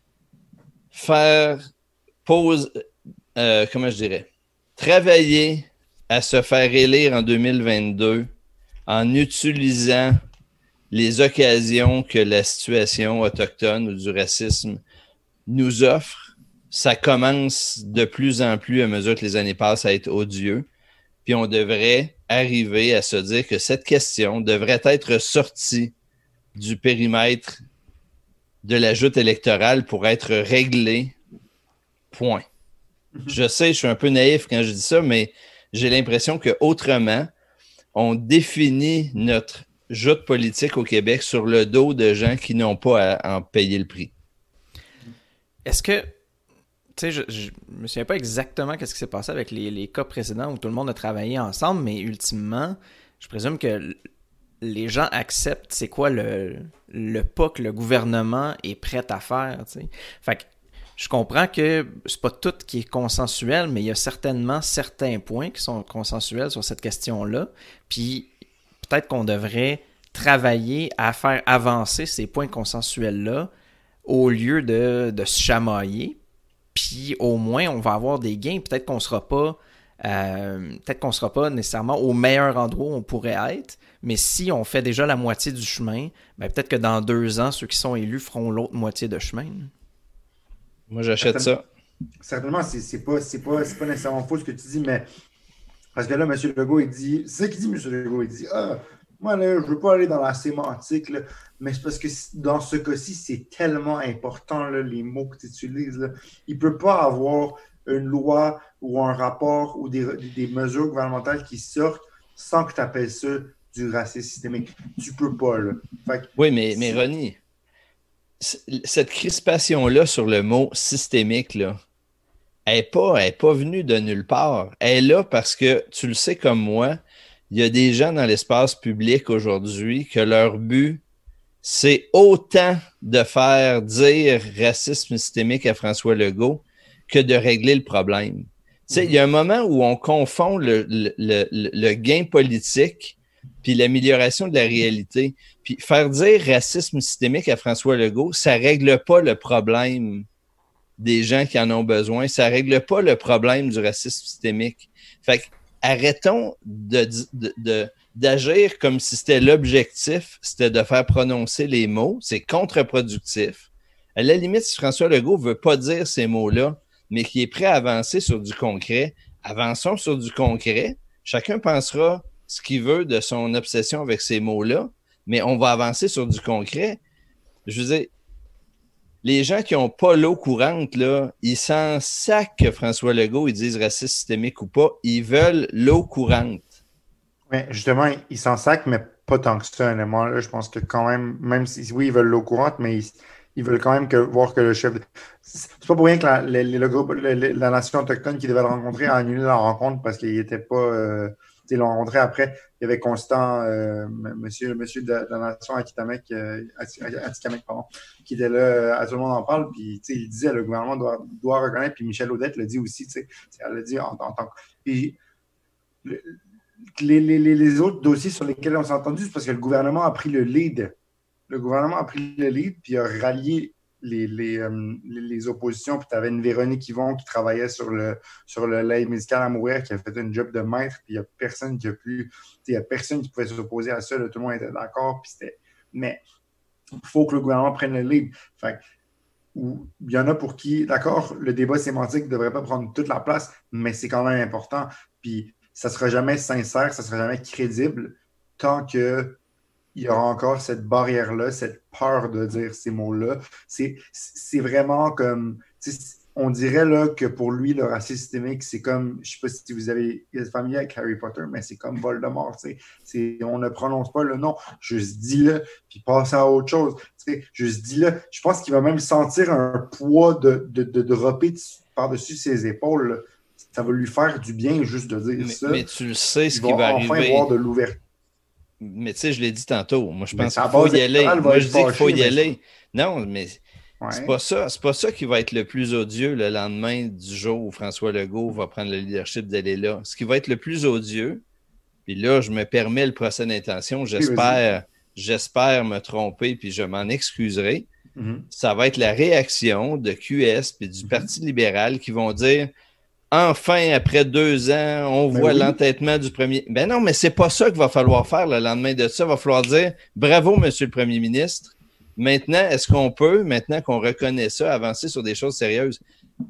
C: travailler à se faire élire en 2022 en utilisant les occasions que la situation autochtone ou du racisme nous offre, ça commence de plus en plus à mesure que les années passent à être odieux. Puis on devrait arriver à se dire que cette question devrait être sortie du périmètre de la joute électorale pour être réglée. Point. Je sais, je suis un peu naïf quand je dis ça, mais j'ai l'impression qu'autrement, on définit notre joute politique au Québec sur le dos de gens qui n'ont pas à en payer le prix.
A: Est-ce que, tu sais, je me souviens pas exactement qu'est-ce qui s'est passé avec les cas précédents où tout le monde a travaillé ensemble, mais ultimement, je présume que les gens acceptent c'est quoi le pas que le gouvernement est prêt à faire, tu sais. Fait que je comprends que c'est pas tout qui est consensuel, mais il y a certainement certains points qui sont consensuels sur cette question-là, puis peut-être qu'on devrait travailler à faire avancer ces points consensuels-là au lieu de se chamailler. Puis au moins, on va avoir des gains. Peut-être qu'on sera pas nécessairement au meilleur endroit où on pourrait être. Mais si on fait déjà la moitié du chemin, peut-être que dans 2 ans, ceux qui sont élus feront l'autre moitié de chemin.
C: Moi, j'achète ça.
B: Certainement, c'est pas nécessairement faux ce que tu dis, mais parce que là, M. Legault, il dit, c'est ça qu'il dit, M. Legault, il dit, moi, là, je veux pas aller dans la sémantique, là, mais c'est parce que dans ce cas-ci, c'est tellement important, là, les mots que tu utilises, là. Il peut pas avoir une loi ou un rapport ou des mesures gouvernementales qui sortent sans que tu appelles ça du racisme systémique. Tu peux pas, là.
C: Oui, mais Ronnie, cette crispation-là sur le mot systémique, là, elle n'est pas venue de nulle part. Elle est là parce que, tu le sais comme moi, il y a des gens dans l'espace public aujourd'hui que leur but, c'est autant de faire dire racisme systémique à François Legault que de régler le problème. Tu sais, il y a un moment où on confond le gain politique puis l'amélioration de la réalité. Puis faire dire racisme systémique à François Legault, ça règle pas le problème des gens qui en ont besoin. Ça règle pas le problème du racisme systémique. Fait que arrêtons d'agir comme si c'était l'objectif, c'était de faire prononcer les mots. C'est contre-productif. À la limite, si François Legault veut pas dire ces mots-là, mais qui est prêt à avancer sur du concret, avançons sur du concret. Chacun pensera ce qu'il veut de son obsession avec ces mots-là, mais on va avancer sur du concret. Je veux dire, les gens qui n'ont pas l'eau courante, là, ils s'en sacent que François Legault, ils disent racisme systémique ou pas. Ils veulent l'eau courante.
B: Oui, justement, ils s'en sacent, mais pas tant que ça. Moi, là, je pense que quand même si oui, ils veulent l'eau courante, mais ils veulent quand même voir que le chef. C'est pas pour rien que la nation autochtone qui devait le rencontrer a annulé la rencontre parce qu'il n'était pas. Ils l'ont rencontré après. Il y avait Constant, monsieur de la nation Atikamekw, pardon, qui était là, à tout le monde en parle. Puis il disait le gouvernement doit reconnaître. Puis Michel Audette le dit aussi. Elle l'a dit en tant que. Puis, les autres dossiers sur lesquels on s'est entendu, c'est parce que le gouvernement a pris le lead. Le gouvernement a pris le lead puis a rallié les oppositions. Puis tu avais une Véronique Yvon qui travaillait sur l'aide médicale à mourir, qui a fait un job de maître, puis il n'y a personne qui a pu. Il n'y a personne qui pouvait s'opposer à ça. Là, tout le monde était d'accord. Mais il faut que le gouvernement prenne le lead. Fait il y en a pour qui, d'accord, le débat sémantique ne devrait pas prendre toute la place, mais c'est quand même important. Puis ça ne sera jamais sincère, ça ne sera jamais crédible tant qu'il y aura encore cette barrière-là, cette peur de dire ces mots-là. C'est vraiment comme... On dirait là, que pour lui, le racisme systémique, c'est comme... Je ne sais pas si vous êtes familier avec Harry Potter, mais c'est comme Voldemort. On ne prononce pas le nom. Juste dis-le, puis passe à autre chose. Juste dis-le. Je pense qu'il va même sentir un poids de dropper par-dessus ses épaules, là. Ça va lui faire du bien juste de dire ça.
C: Mais tu le sais ce qui
B: va
C: arriver.
B: enfin voir de l'ouverture.
C: Mais tu sais, je l'ai dit tantôt. Moi, je pense qu'il faut y aller. Moi, je dis qu'il faut y aller. Non, mais c'est pas ça. C'est pas ça qui va être le plus odieux le lendemain du jour où François Legault va prendre le leadership d'aller là. Ce qui va être le plus odieux, puis là, je me permets le procès d'intention. J'espère me tromper, puis je m'en excuserai. Ça va être la réaction de QS puis du Parti libéral qui vont dire enfin, après 2 ans, on voit l'entêtement du premier. Ben non, mais c'est pas ça qu'il va falloir faire le lendemain de ça. Il va falloir dire bravo, monsieur le premier ministre. Maintenant, est-ce qu'on peut, maintenant qu'on reconnaît ça, avancer sur des choses sérieuses?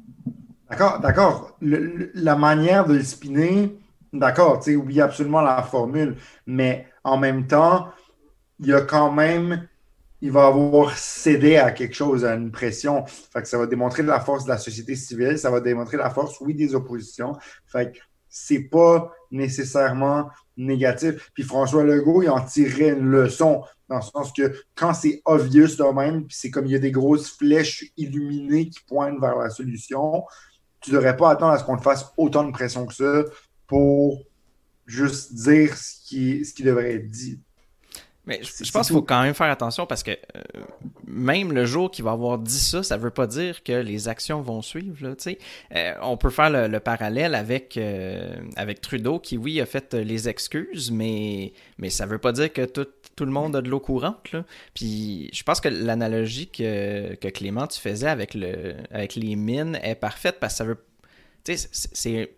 B: D'accord. La manière de le spinner, d'accord, tu sais, oublie absolument la formule. Mais en même temps, il y a quand même. Il va avoir cédé à quelque chose, à une pression. Fait que ça va démontrer la force de la société civile, ça va démontrer la force, oui, des oppositions. Fait que c'est pas nécessairement négatif. Puis François Legault, il en tirerait une leçon, dans le sens que quand c'est obvious de même, puis c'est comme il y a des grosses flèches illuminées qui pointent vers la solution, tu devrais pas attendre à ce qu'on te fasse autant de pression que ça pour juste dire ce qui devrait être dit.
A: Mais je pense qu'il faut quand même faire attention parce que même le jour qu'il va avoir dit ça, ça veut pas dire que les actions vont suivre. Là, on peut faire le parallèle avec Trudeau qui, oui, a fait les excuses, mais ça veut pas dire que tout le monde a de l'eau courante. Là. Puis je pense que l'analogie que Clément, tu faisais avec les mines est parfaite parce que ça veut... c'est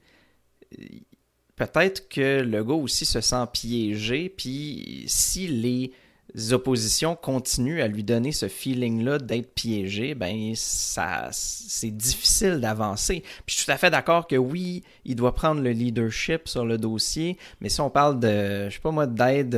A: peut-être que Legault aussi se sent piégé, puis si les oppositions continuent à lui donner ce feeling-là d'être piégé, ben c'est difficile d'avancer. Puis je suis tout à fait d'accord que oui, il doit prendre le leadership sur le dossier, mais si on parle de, je sais pas moi,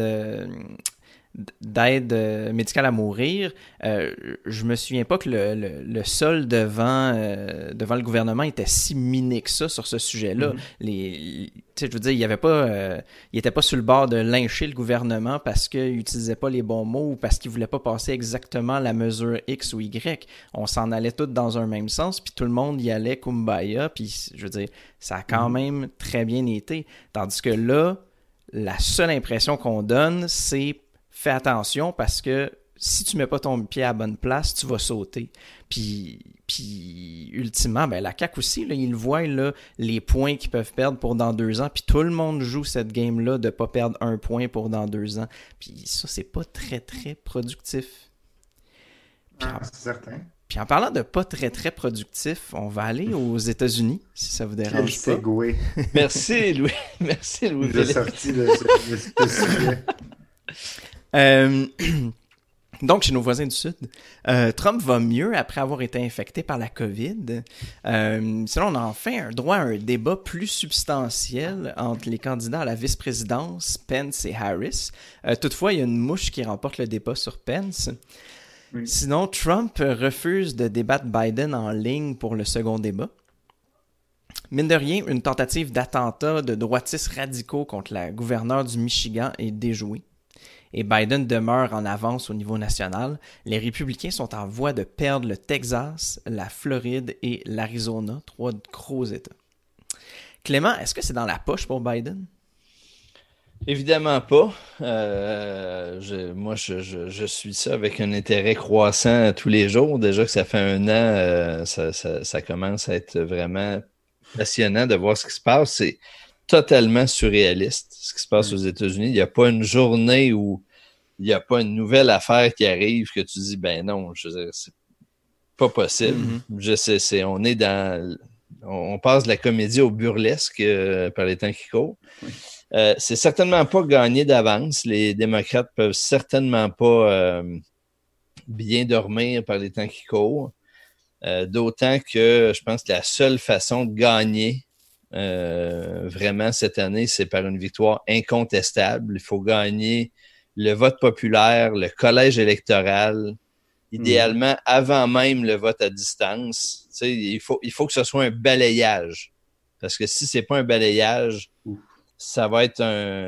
A: d'aide médicale à mourir, je me souviens pas que le sol devant le gouvernement était si miné que ça sur ce sujet-là. Je veux dire, il était pas sur le bord de lyncher le gouvernement parce qu'il utilisait pas les bons mots ou parce qu'il voulait pas passer exactement la mesure X ou Y. On s'en allait tous dans un même sens, puis tout le monde y allait kumbaya, puis je veux dire, ça a quand même très bien été. Tandis que là, la seule impression qu'on donne, c'est fais attention parce que si tu mets pas ton pied à la bonne place, tu vas sauter. Puis ultimement, ben, la CAQ aussi, là, ils voient là, les points qu'ils peuvent perdre pour dans 2 ans. Puis tout le monde joue cette game-là de pas perdre 1 point pour dans 2 ans. Puis ça, c'est pas très, très productif.
B: C'est certain.
A: Puis en parlant de pas très, très productif, on va aller aux États-Unis, si ça vous dérange pas.
B: Segway.
C: Merci, Louis. Merci, Louis.
B: J'ai sorti de ce sujet.
A: Donc, chez nos voisins du Sud, Trump va mieux après avoir été infecté par la COVID. Sinon, on a enfin droit à un débat plus substantiel entre les candidats à la vice-présidence, Pence et Harris. Toutefois, il y a une mouche qui remporte le débat sur Pence. Oui. Sinon, Trump refuse de débattre Biden en ligne pour le second débat. Mine de rien, une tentative d'attentat de droitistes radicaux contre la gouverneure du Michigan est déjouée. Et Biden demeure en avance au niveau national. Les républicains sont en voie de perdre le Texas, la Floride et l'Arizona, 3 gros États. Clément, est-ce que c'est dans la poche pour Biden?
C: Évidemment pas. Moi, je suis ça avec un intérêt croissant tous les jours. Déjà que ça fait 1 an, ça commence à être vraiment passionnant de voir ce qui se passe. C'est totalement surréaliste, ce qui se passe aux États-Unis. Il n'y a pas une journée où il n'y a pas une nouvelle affaire qui arrive que tu dis, ben non, je veux dire, c'est pas possible. Je sais, on passe de la comédie au burlesque par les temps qui courent. C'est certainement pas gagné d'avance. Les démocrates peuvent certainement pas bien dormir par les temps qui courent. D'autant que je pense que la seule façon de gagner vraiment cette année, c'est par une victoire incontestable. Il faut gagner le vote populaire, le collège électoral, idéalement avant même le vote à distance. Tu sais, il faut que ce soit un balayage. Parce que si c'est pas un balayage, ça va être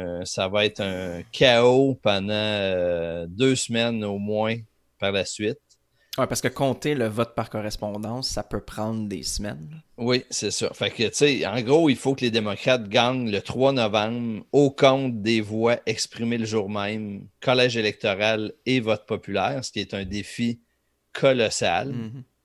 C: un chaos pendant 2 semaines au moins par la suite.
A: Ouais, parce que compter le vote par correspondance, ça peut prendre des semaines.
C: Oui, c'est ça. Fait que, tu sais, en gros, il faut que les démocrates gagnent le 3 novembre au compte des voix exprimées le jour même, collège électoral et vote populaire, ce qui est un défi colossal.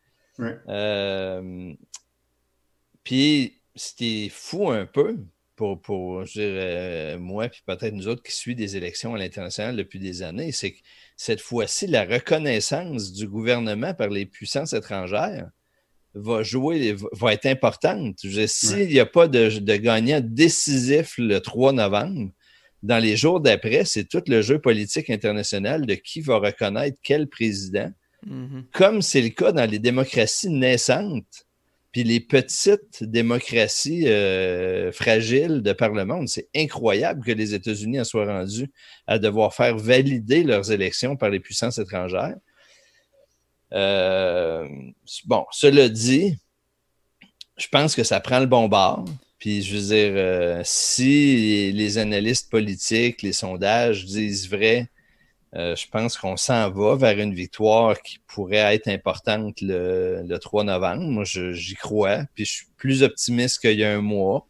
C: Puis, ce qui est fou un peu, pour je dirais, moi, puis peut-être nous autres qui suivent des élections à l'international depuis des années, c'est que cette fois-ci, la reconnaissance du gouvernement par les puissances étrangères va être importante. S'il n'y a pas de gagnant décisif le 3 novembre, dans les jours d'après, c'est tout le jeu politique international de qui va reconnaître quel président, comme c'est le cas dans les démocraties naissantes. Puis les petites démocraties fragiles de par le monde, c'est incroyable que les États-Unis en soient rendus à devoir faire valider leurs élections par les puissances étrangères. Bon, cela dit, je pense que ça prend le bon bord. Puis je veux dire, si les analystes politiques, les sondages disent vrai, je pense qu'on s'en va vers une victoire qui pourrait être importante le 3 novembre. Moi, j'y crois. Puis je suis plus optimiste qu'il y a un mois.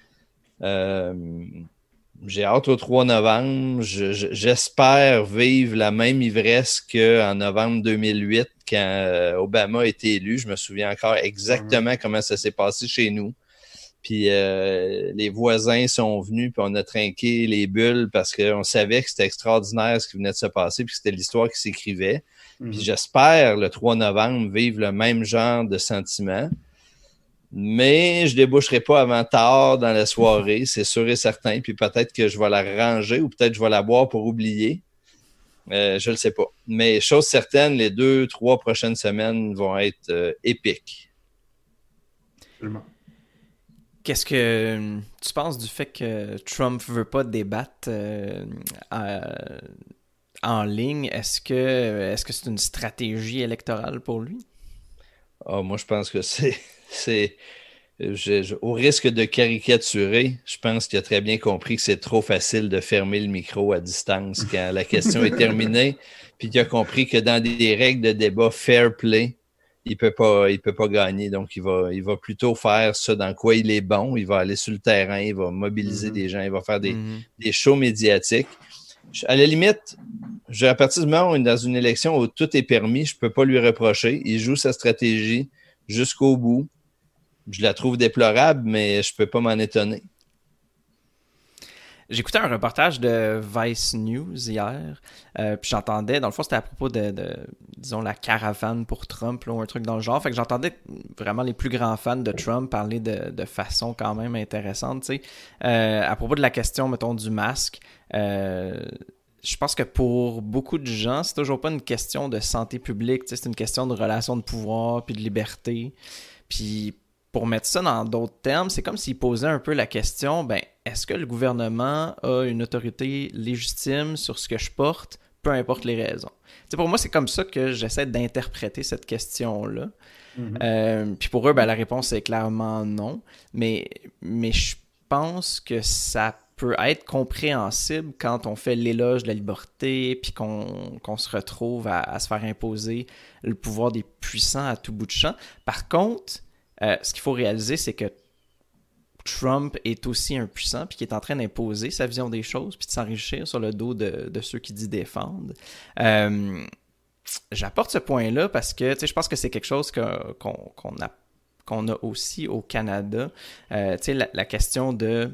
C: J'ai hâte au 3 novembre. J'espère vivre la même ivresse qu'en novembre 2008, quand Obama a été élu. Je me souviens encore exactement comment ça s'est passé chez nous. Puis les voisins sont venus, puis on a trinqué les bulles parce qu'on savait que c'était extraordinaire ce qui venait de se passer, puis que c'était l'histoire qui s'écrivait. Puis j'espère, le 3 novembre, vivre le même genre de sentiment. Mais je déboucherai pas avant tard dans la soirée, c'est sûr et certain. Puis peut-être que je vais la ranger ou peut-être que je vais la boire pour oublier. Je le sais pas. Mais chose certaine, les 2-3 prochaines semaines vont être épiques.
B: Absolument.
A: Qu'est-ce que tu penses du fait que Trump veut pas débattre en ligne? Est-ce que c'est une stratégie électorale pour lui?
C: Moi, je pense que au risque de caricaturer, je pense qu'il a très bien compris que c'est trop facile de fermer le micro à distance quand la question est terminée, puis qu'il a compris que dans des règles de débat fair play, il peut pas gagner. Donc, il va plutôt faire ça dans quoi il est bon. Il va aller sur le terrain, il va mobiliser des gens, il va faire des shows médiatiques. À la limite, à partir du moment où on est dans une élection où tout est permis, je ne peux pas lui reprocher. Il joue sa stratégie jusqu'au bout. Je la trouve déplorable, mais je ne peux pas m'en étonner.
A: J'écoutais un reportage de Vice News hier, puis j'entendais, dans le fond, c'était à propos disons, la caravane pour Trump, là, ou un truc dans le genre. Fait que j'entendais vraiment les plus grands fans de Trump parler de façon quand même intéressante, tu sais. À propos de la question, mettons, du masque, je pense que pour beaucoup de gens, c'est toujours pas une question de santé publique, tu sais, c'est une question de relation de pouvoir puis de liberté. Puis pour mettre ça dans d'autres termes, c'est comme s'il posait un peu la question, ben, est-ce que le gouvernement a une autorité légitime sur ce que je porte, peu importe les raisons? T'sais, pour moi, c'est comme ça que j'essaie d'interpréter cette question-là. Puis pour eux, ben, la réponse est clairement non. Mais je pense que ça peut être compréhensible quand on fait l'éloge de la liberté puis qu'on se retrouve à se faire imposer le pouvoir des puissants à tout bout de champ. Par contre, ce qu'il faut réaliser, c'est que Trump est aussi un puissant puis qui est en train d'imposer sa vision des choses puis de s'enrichir sur le dos de ceux qui dit défendre. J'apporte ce point-là parce que je pense que c'est quelque chose qu'on a aussi au Canada. La question de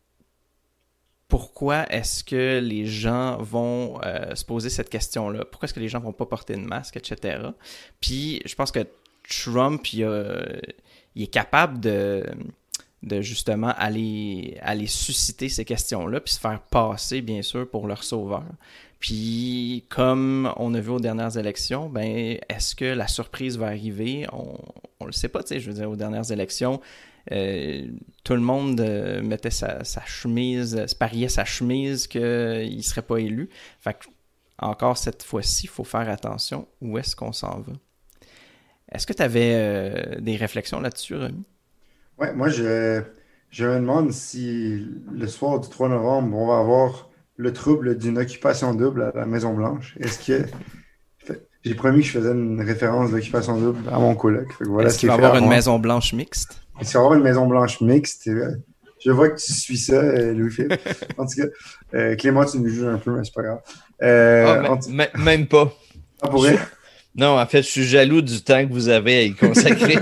A: pourquoi est-ce que les gens vont se poser cette question-là? Pourquoi est-ce que les gens vont pas porter de masque, etc. Puis je pense que Trump, il est capable de justement aller susciter ces questions-là puis se faire passer, bien sûr, pour leur sauveur. Puis, comme on a vu aux dernières élections, ben est-ce que la surprise va arriver? On le sait pas, tu sais, je veux dire, aux dernières élections, tout le monde mettait sa chemise, se pariait sa chemise qu'il ne serait pas élu. Fait que, encore cette fois-ci, il faut faire attention. Où est-ce qu'on s'en va? Est-ce que tu avais des réflexions là-dessus, Rémi?
B: Ouais, moi, je me demande si le soir du 3 novembre, on va avoir le trouble d'une occupation double à la Maison-Blanche. J'ai promis que je faisais une référence d'occupation double à mon coloc. Fait que voilà
A: Est-ce qu'il va y avoir une Maison-Blanche mixte?
B: Est-ce qu'il va y avoir une Maison-Blanche mixte? Je vois que tu suis ça, Louis-Philippe. En tout cas, Clément, tu nous juges un peu, mais c'est pas grave.
C: Même pas.
B: Ah, pour vrai?
C: Non, en fait, je suis jaloux du temps que vous avez à y consacrer.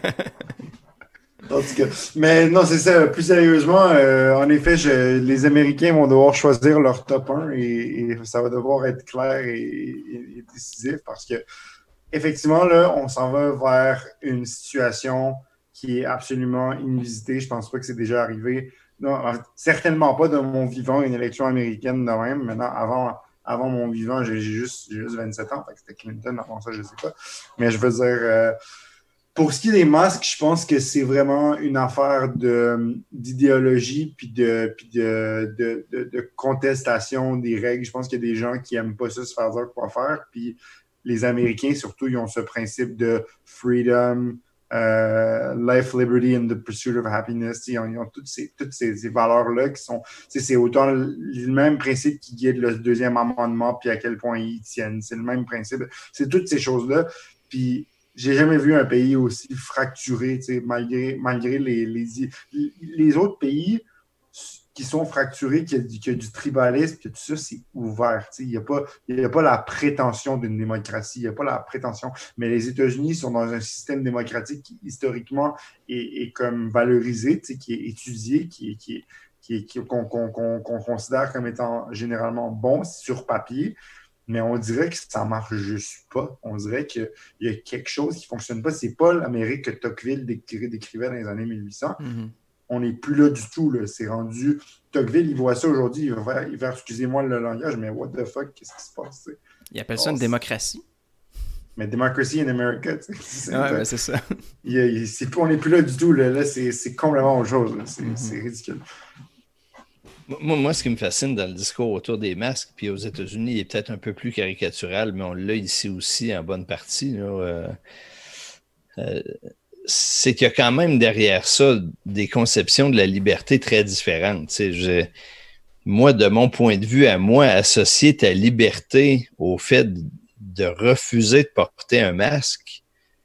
B: En tout cas, mais non, c'est ça. Plus sérieusement, en effet, les Américains vont devoir choisir leur top 1 et ça va devoir être clair et décisif parce que, effectivement, là, on s'en va vers une situation qui est absolument inusitée. Je pense pas que c'est déjà arrivé. Non, certainement pas de mon vivant, une élection américaine de même. Maintenant, avant mon vivant, j'ai juste 27 ans. Fait que c'était Clinton. Avant ça, je sais pas. Mais je veux dire... pour ce qui est des masques, je pense que c'est vraiment une affaire d'idéologie puis de contestation des règles. Je pense qu'il y a des gens qui n'aiment pas ça, se faire dire quoi faire. Puis les Américains, surtout, ils ont ce principe de freedom, life, liberty and the pursuit of happiness. Ils ont toutes ces valeurs-là qui sont... C'est autant le même principe qui guide le deuxième amendement puis à quel point ils tiennent. C'est le même principe. C'est toutes ces choses-là. Puis j'ai jamais vu un pays aussi fracturé, malgré les autres pays qui sont fracturés, qui a du tribalisme, que tout ça, c'est ouvert. Il n'y a pas la prétention d'une démocratie, il n'y a pas la prétention. Mais les États-Unis sont dans un système démocratique qui, historiquement, est comme valorisé, qui est étudié, qu'on considère comme étant généralement bon sur papier. Mais on dirait que ça ne marche juste pas. On dirait qu'il y a quelque chose qui ne fonctionne pas. C'est pas l'Amérique que Tocqueville décrivait dans les années 1800. Mm-hmm. On n'est plus là du tout. Là. C'est rendu... Tocqueville, il voit ça aujourd'hui. Il va faire, excusez-moi le langage, mais what the fuck, qu'est-ce qui se passe? T'sais?
A: Il appelle ça une démocratie.
B: Mais democracy in America,
A: ouais, c'est ça.
B: On n'est plus là du tout. Là c'est complètement autre chose. C'est ridicule.
C: Moi, ce qui me fascine dans le discours autour des masques, puis aux États-Unis, il est peut-être un peu plus caricatural, mais on l'a ici aussi en bonne partie. C'est qu'il y a quand même derrière ça des conceptions de la liberté très différentes. Moi, de mon point de vue, à moi, associer ta liberté au fait de refuser de porter un masque,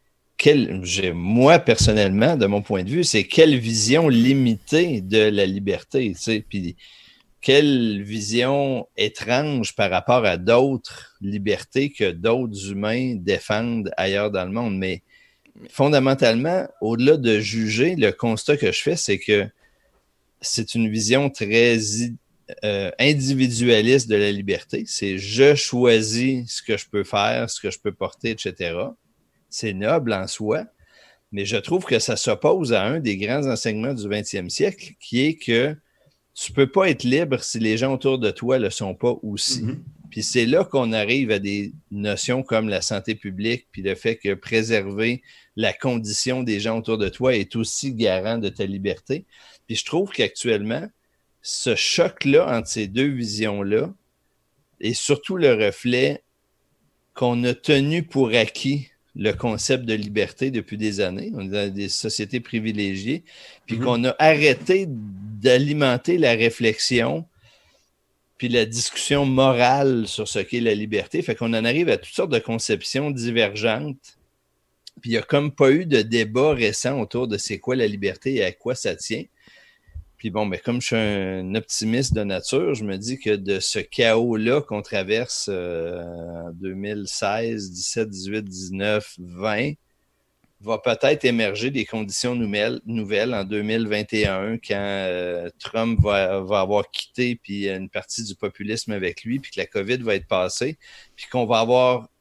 C: moi, personnellement, de mon point de vue, c'est quelle vision limitée de la liberté. Puis quelle vision étrange par rapport à d'autres libertés que d'autres humains défendent ailleurs dans le monde. Mais fondamentalement, au-delà de juger, le constat que je fais, c'est que c'est une vision très individualiste de la liberté. C'est je choisis ce que je peux faire, ce que je peux porter, etc. C'est noble en soi, mais je trouve que ça s'oppose à un des grands enseignements du 20e siècle, qui est que tu peux pas être libre si les gens autour de toi le sont pas aussi. Mm-hmm. Puis c'est là qu'on arrive à des notions comme la santé publique, puis le fait que préserver la condition des gens autour de toi est aussi garant de ta liberté. Puis je trouve qu'actuellement, ce choc-là entre ces deux visions-là est surtout le reflet qu'on a tenu pour acquis le concept de liberté depuis des années. On est dans des sociétés privilégiées, puis qu'on a arrêté d'alimenter la réflexion puis la discussion morale sur ce qu'est la liberté. Fait qu'on en arrive à toutes sortes de conceptions divergentes. Puis il n'y a comme pas eu de débat récent autour de c'est quoi la liberté et à quoi ça tient. Puis bon, ben comme je suis un optimiste de nature, je me dis que de ce chaos-là qu'on traverse en 2016, 17, 18, 19, 20, va peut-être émerger des conditions nouvelles en 2021 quand Trump va avoir quitté puis une partie du populisme avec lui, puis que la COVID va être passée, puis qu'on va avoir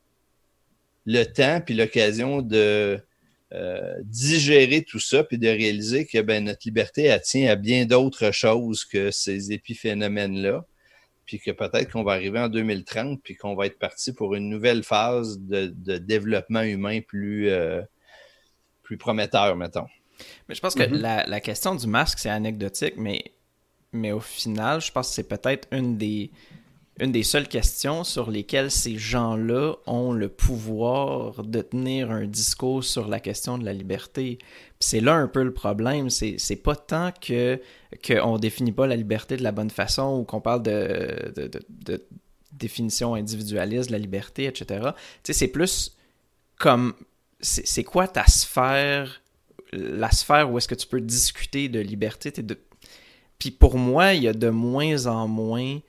C: le temps puis l'occasion de digérer tout ça puis de réaliser que notre liberté, elle tient à bien d'autres choses que ces épiphénomènes-là, puis que peut-être qu'on va arriver en 2030 puis qu'on va être parti pour une nouvelle phase de développement humain plus prometteur, mettons.
A: Mais je pense que la question du masque, c'est anecdotique, mais au final, je pense que c'est peut-être une des seules questions sur lesquelles ces gens-là ont le pouvoir de tenir un discours sur la question de la liberté. Puis c'est là un peu le problème, c'est pas tant qu'on définit pas la liberté de la bonne façon ou qu'on parle de définition individualiste de la liberté, etc. Tu sais, c'est plus comme... C'est quoi ta sphère, la sphère où est-ce que tu peux discuter de liberté? Puis pour moi, il y a de moins en moins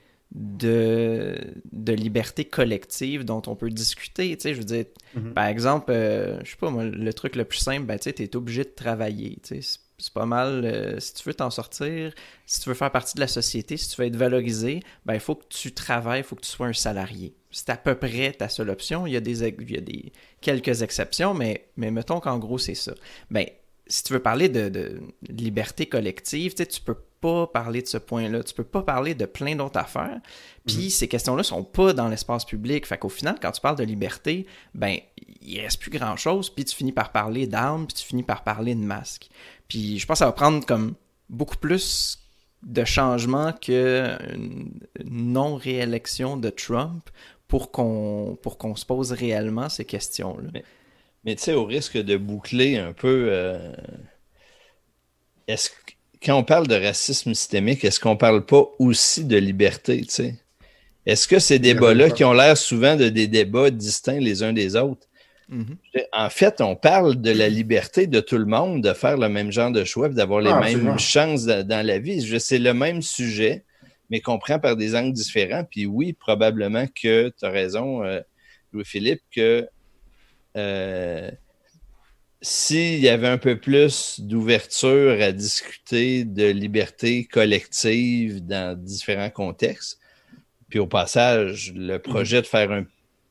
A: de liberté collective dont on peut discuter. Tu sais, je veux dire, par exemple, je sais pas moi, le truc le plus simple, tu sais, t'es obligé de travailler. Tu sais, c'est pas mal. Si tu veux t'en sortir, si tu veux faire partie de la société, si tu veux être valorisé, il faut que tu travailles, il faut que tu sois un salarié. C'est à peu près ta seule option. Il y a quelques exceptions, mais mettons qu'en gros, c'est ça. Si tu veux parler de liberté collective, tu peux pas parler de ce point-là. Tu peux pas parler de plein d'autres affaires. Puis ces questions-là sont pas dans l'espace public. Fait qu'au final, quand tu parles de liberté, il reste plus grand-chose. Puis tu finis par parler d'armes, puis tu finis par parler de masques. Puis je pense que ça va prendre comme beaucoup plus de changements qu'une non-réélection de Trump pour qu'on se pose réellement ces questions-là.
C: Mais tu sais, au risque de boucler un peu, quand on parle de racisme systémique, est-ce qu'on parle pas aussi de liberté, tu sais? Est-ce que ces débats-là, qui ont l'air souvent de des débats distincts les uns des autres, en fait, on parle de la liberté de tout le monde de faire le même genre de choix et d'avoir les mêmes chances dans la vie. C'est le même sujet, mais qu'on prend par des angles différents. Puis oui, probablement que tu as raison, Louis-Philippe, que s'il y avait un peu plus d'ouverture à discuter de liberté collective dans différents contextes, puis au passage, le projet de faire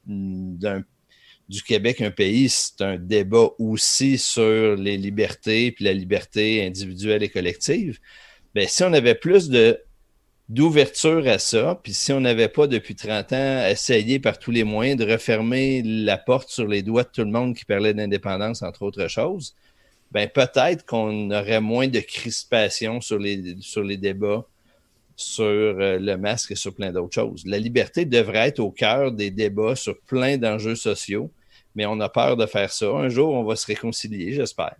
C: du Québec un pays, c'est un débat aussi sur les libertés puis la liberté individuelle et collective. Si on avait plus d'ouverture à ça, puis si on n'avait pas depuis 30 ans essayé par tous les moyens de refermer la porte sur les doigts de tout le monde qui parlait d'indépendance, entre autres choses, peut-être qu'on aurait moins de crispation sur les débats sur le masque et sur plein d'autres choses. La liberté devrait être au cœur des débats sur plein d'enjeux sociaux, mais on a peur de faire ça. Un jour, on va se réconcilier, j'espère.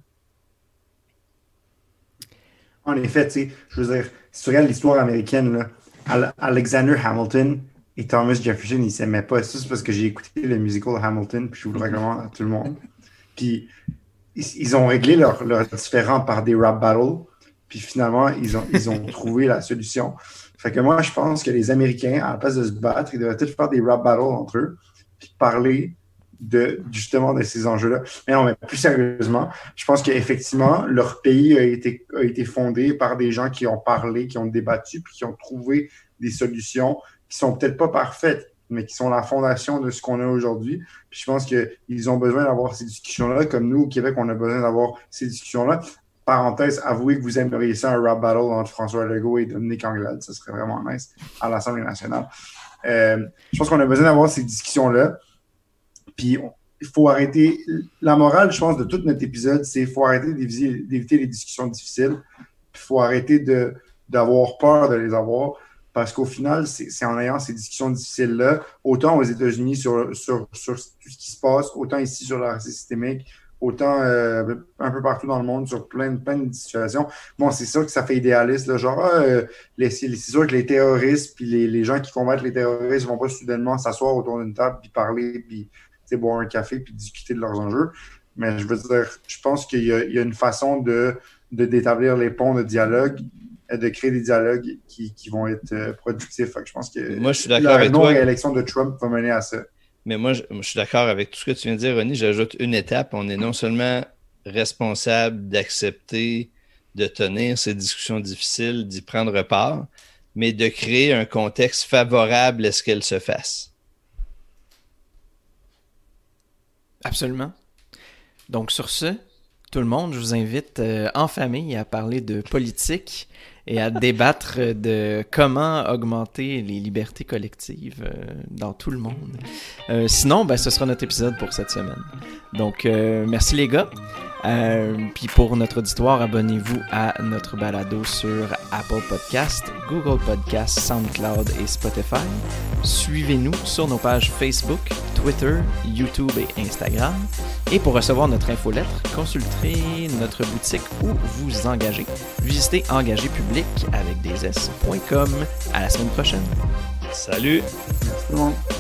B: En effet, je veux dire, si tu regardes l'histoire américaine, là, Alexander Hamilton et Thomas Jefferson, ils ne s'aimaient pas. Ça, c'est parce que j'ai écouté le musical Hamilton, puis je vous le recommande à tout le monde. Puis, ils ont réglé leurs différends par des rap battles. Puis finalement, ils ont trouvé la solution. Fait que moi, je pense que les Américains, à la place de se battre, ils devraient peut-être faire des rap battles entre eux, puis parler justement de ces enjeux-là. Mais non, mais plus sérieusement, je pense qu'effectivement, leur pays a été fondé par des gens qui ont parlé, qui ont débattu, puis qui ont trouvé des solutions qui sont peut-être pas parfaites, mais qui sont la fondation de ce qu'on a aujourd'hui. Puis je pense qu'ils ont besoin d'avoir ces discussions-là, comme nous, au Québec, on a besoin d'avoir ces discussions-là. Parenthèse, avouez que vous aimeriez ça, un rap battle entre François Legault et Dominique Anglade. Ça serait vraiment nice à l'Assemblée nationale. Je pense qu'on a besoin d'avoir ces discussions-là. Puis, il faut arrêter. La morale, je pense, de tout notre épisode, c'est qu'il faut arrêter d'éviter les discussions difficiles. Puis, il faut arrêter d'avoir peur de les avoir. Parce qu'au final, c'est en ayant ces discussions difficiles-là, autant aux États-Unis sur tout ce qui se passe, autant ici sur la racisme systémique, autant un peu partout dans le monde sur plein de situations. Bon, c'est sûr que ça fait idéaliste, là, genre, c'est sûr que les terroristes puis les gens qui combattent les terroristes vont pas soudainement s'asseoir autour d'une table puis parler puis boire un café puis discuter de leurs enjeux. Mais je veux dire, je pense qu'il y a une façon d'établir les ponts de dialogue, de créer des dialogues qui vont être productifs. Fait que je pense que
C: moi, je suis d'accord avec toi.
B: La non-réélection de Trump va mener à ça.
C: Mais moi, je suis d'accord avec tout ce que tu viens de dire, Ronnie. J'ajoute une étape. On est non seulement responsable d'accepter, de tenir ces discussions difficiles, d'y prendre part, mais de créer un contexte favorable à ce qu'elles se fassent.
A: Absolument. Donc sur ce, tout le monde, je vous invite en famille à parler de politique et à débattre de comment augmenter les libertés collectives dans tout le monde. Sinon, ce sera notre épisode pour cette semaine. Donc, merci les gars. Puis pour notre auditoire, abonnez-vous à notre balado sur Apple Podcast, Google Podcast, SoundCloud et Spotify. Suivez-nous sur nos pages Facebook, Twitter, YouTube et Instagram. Et pour recevoir notre infolettre, consultez notre boutique ou vous engager. Visitez engagerpublic avec des s.com. À la semaine prochaine.
C: Salut!
B: Merci tout le monde.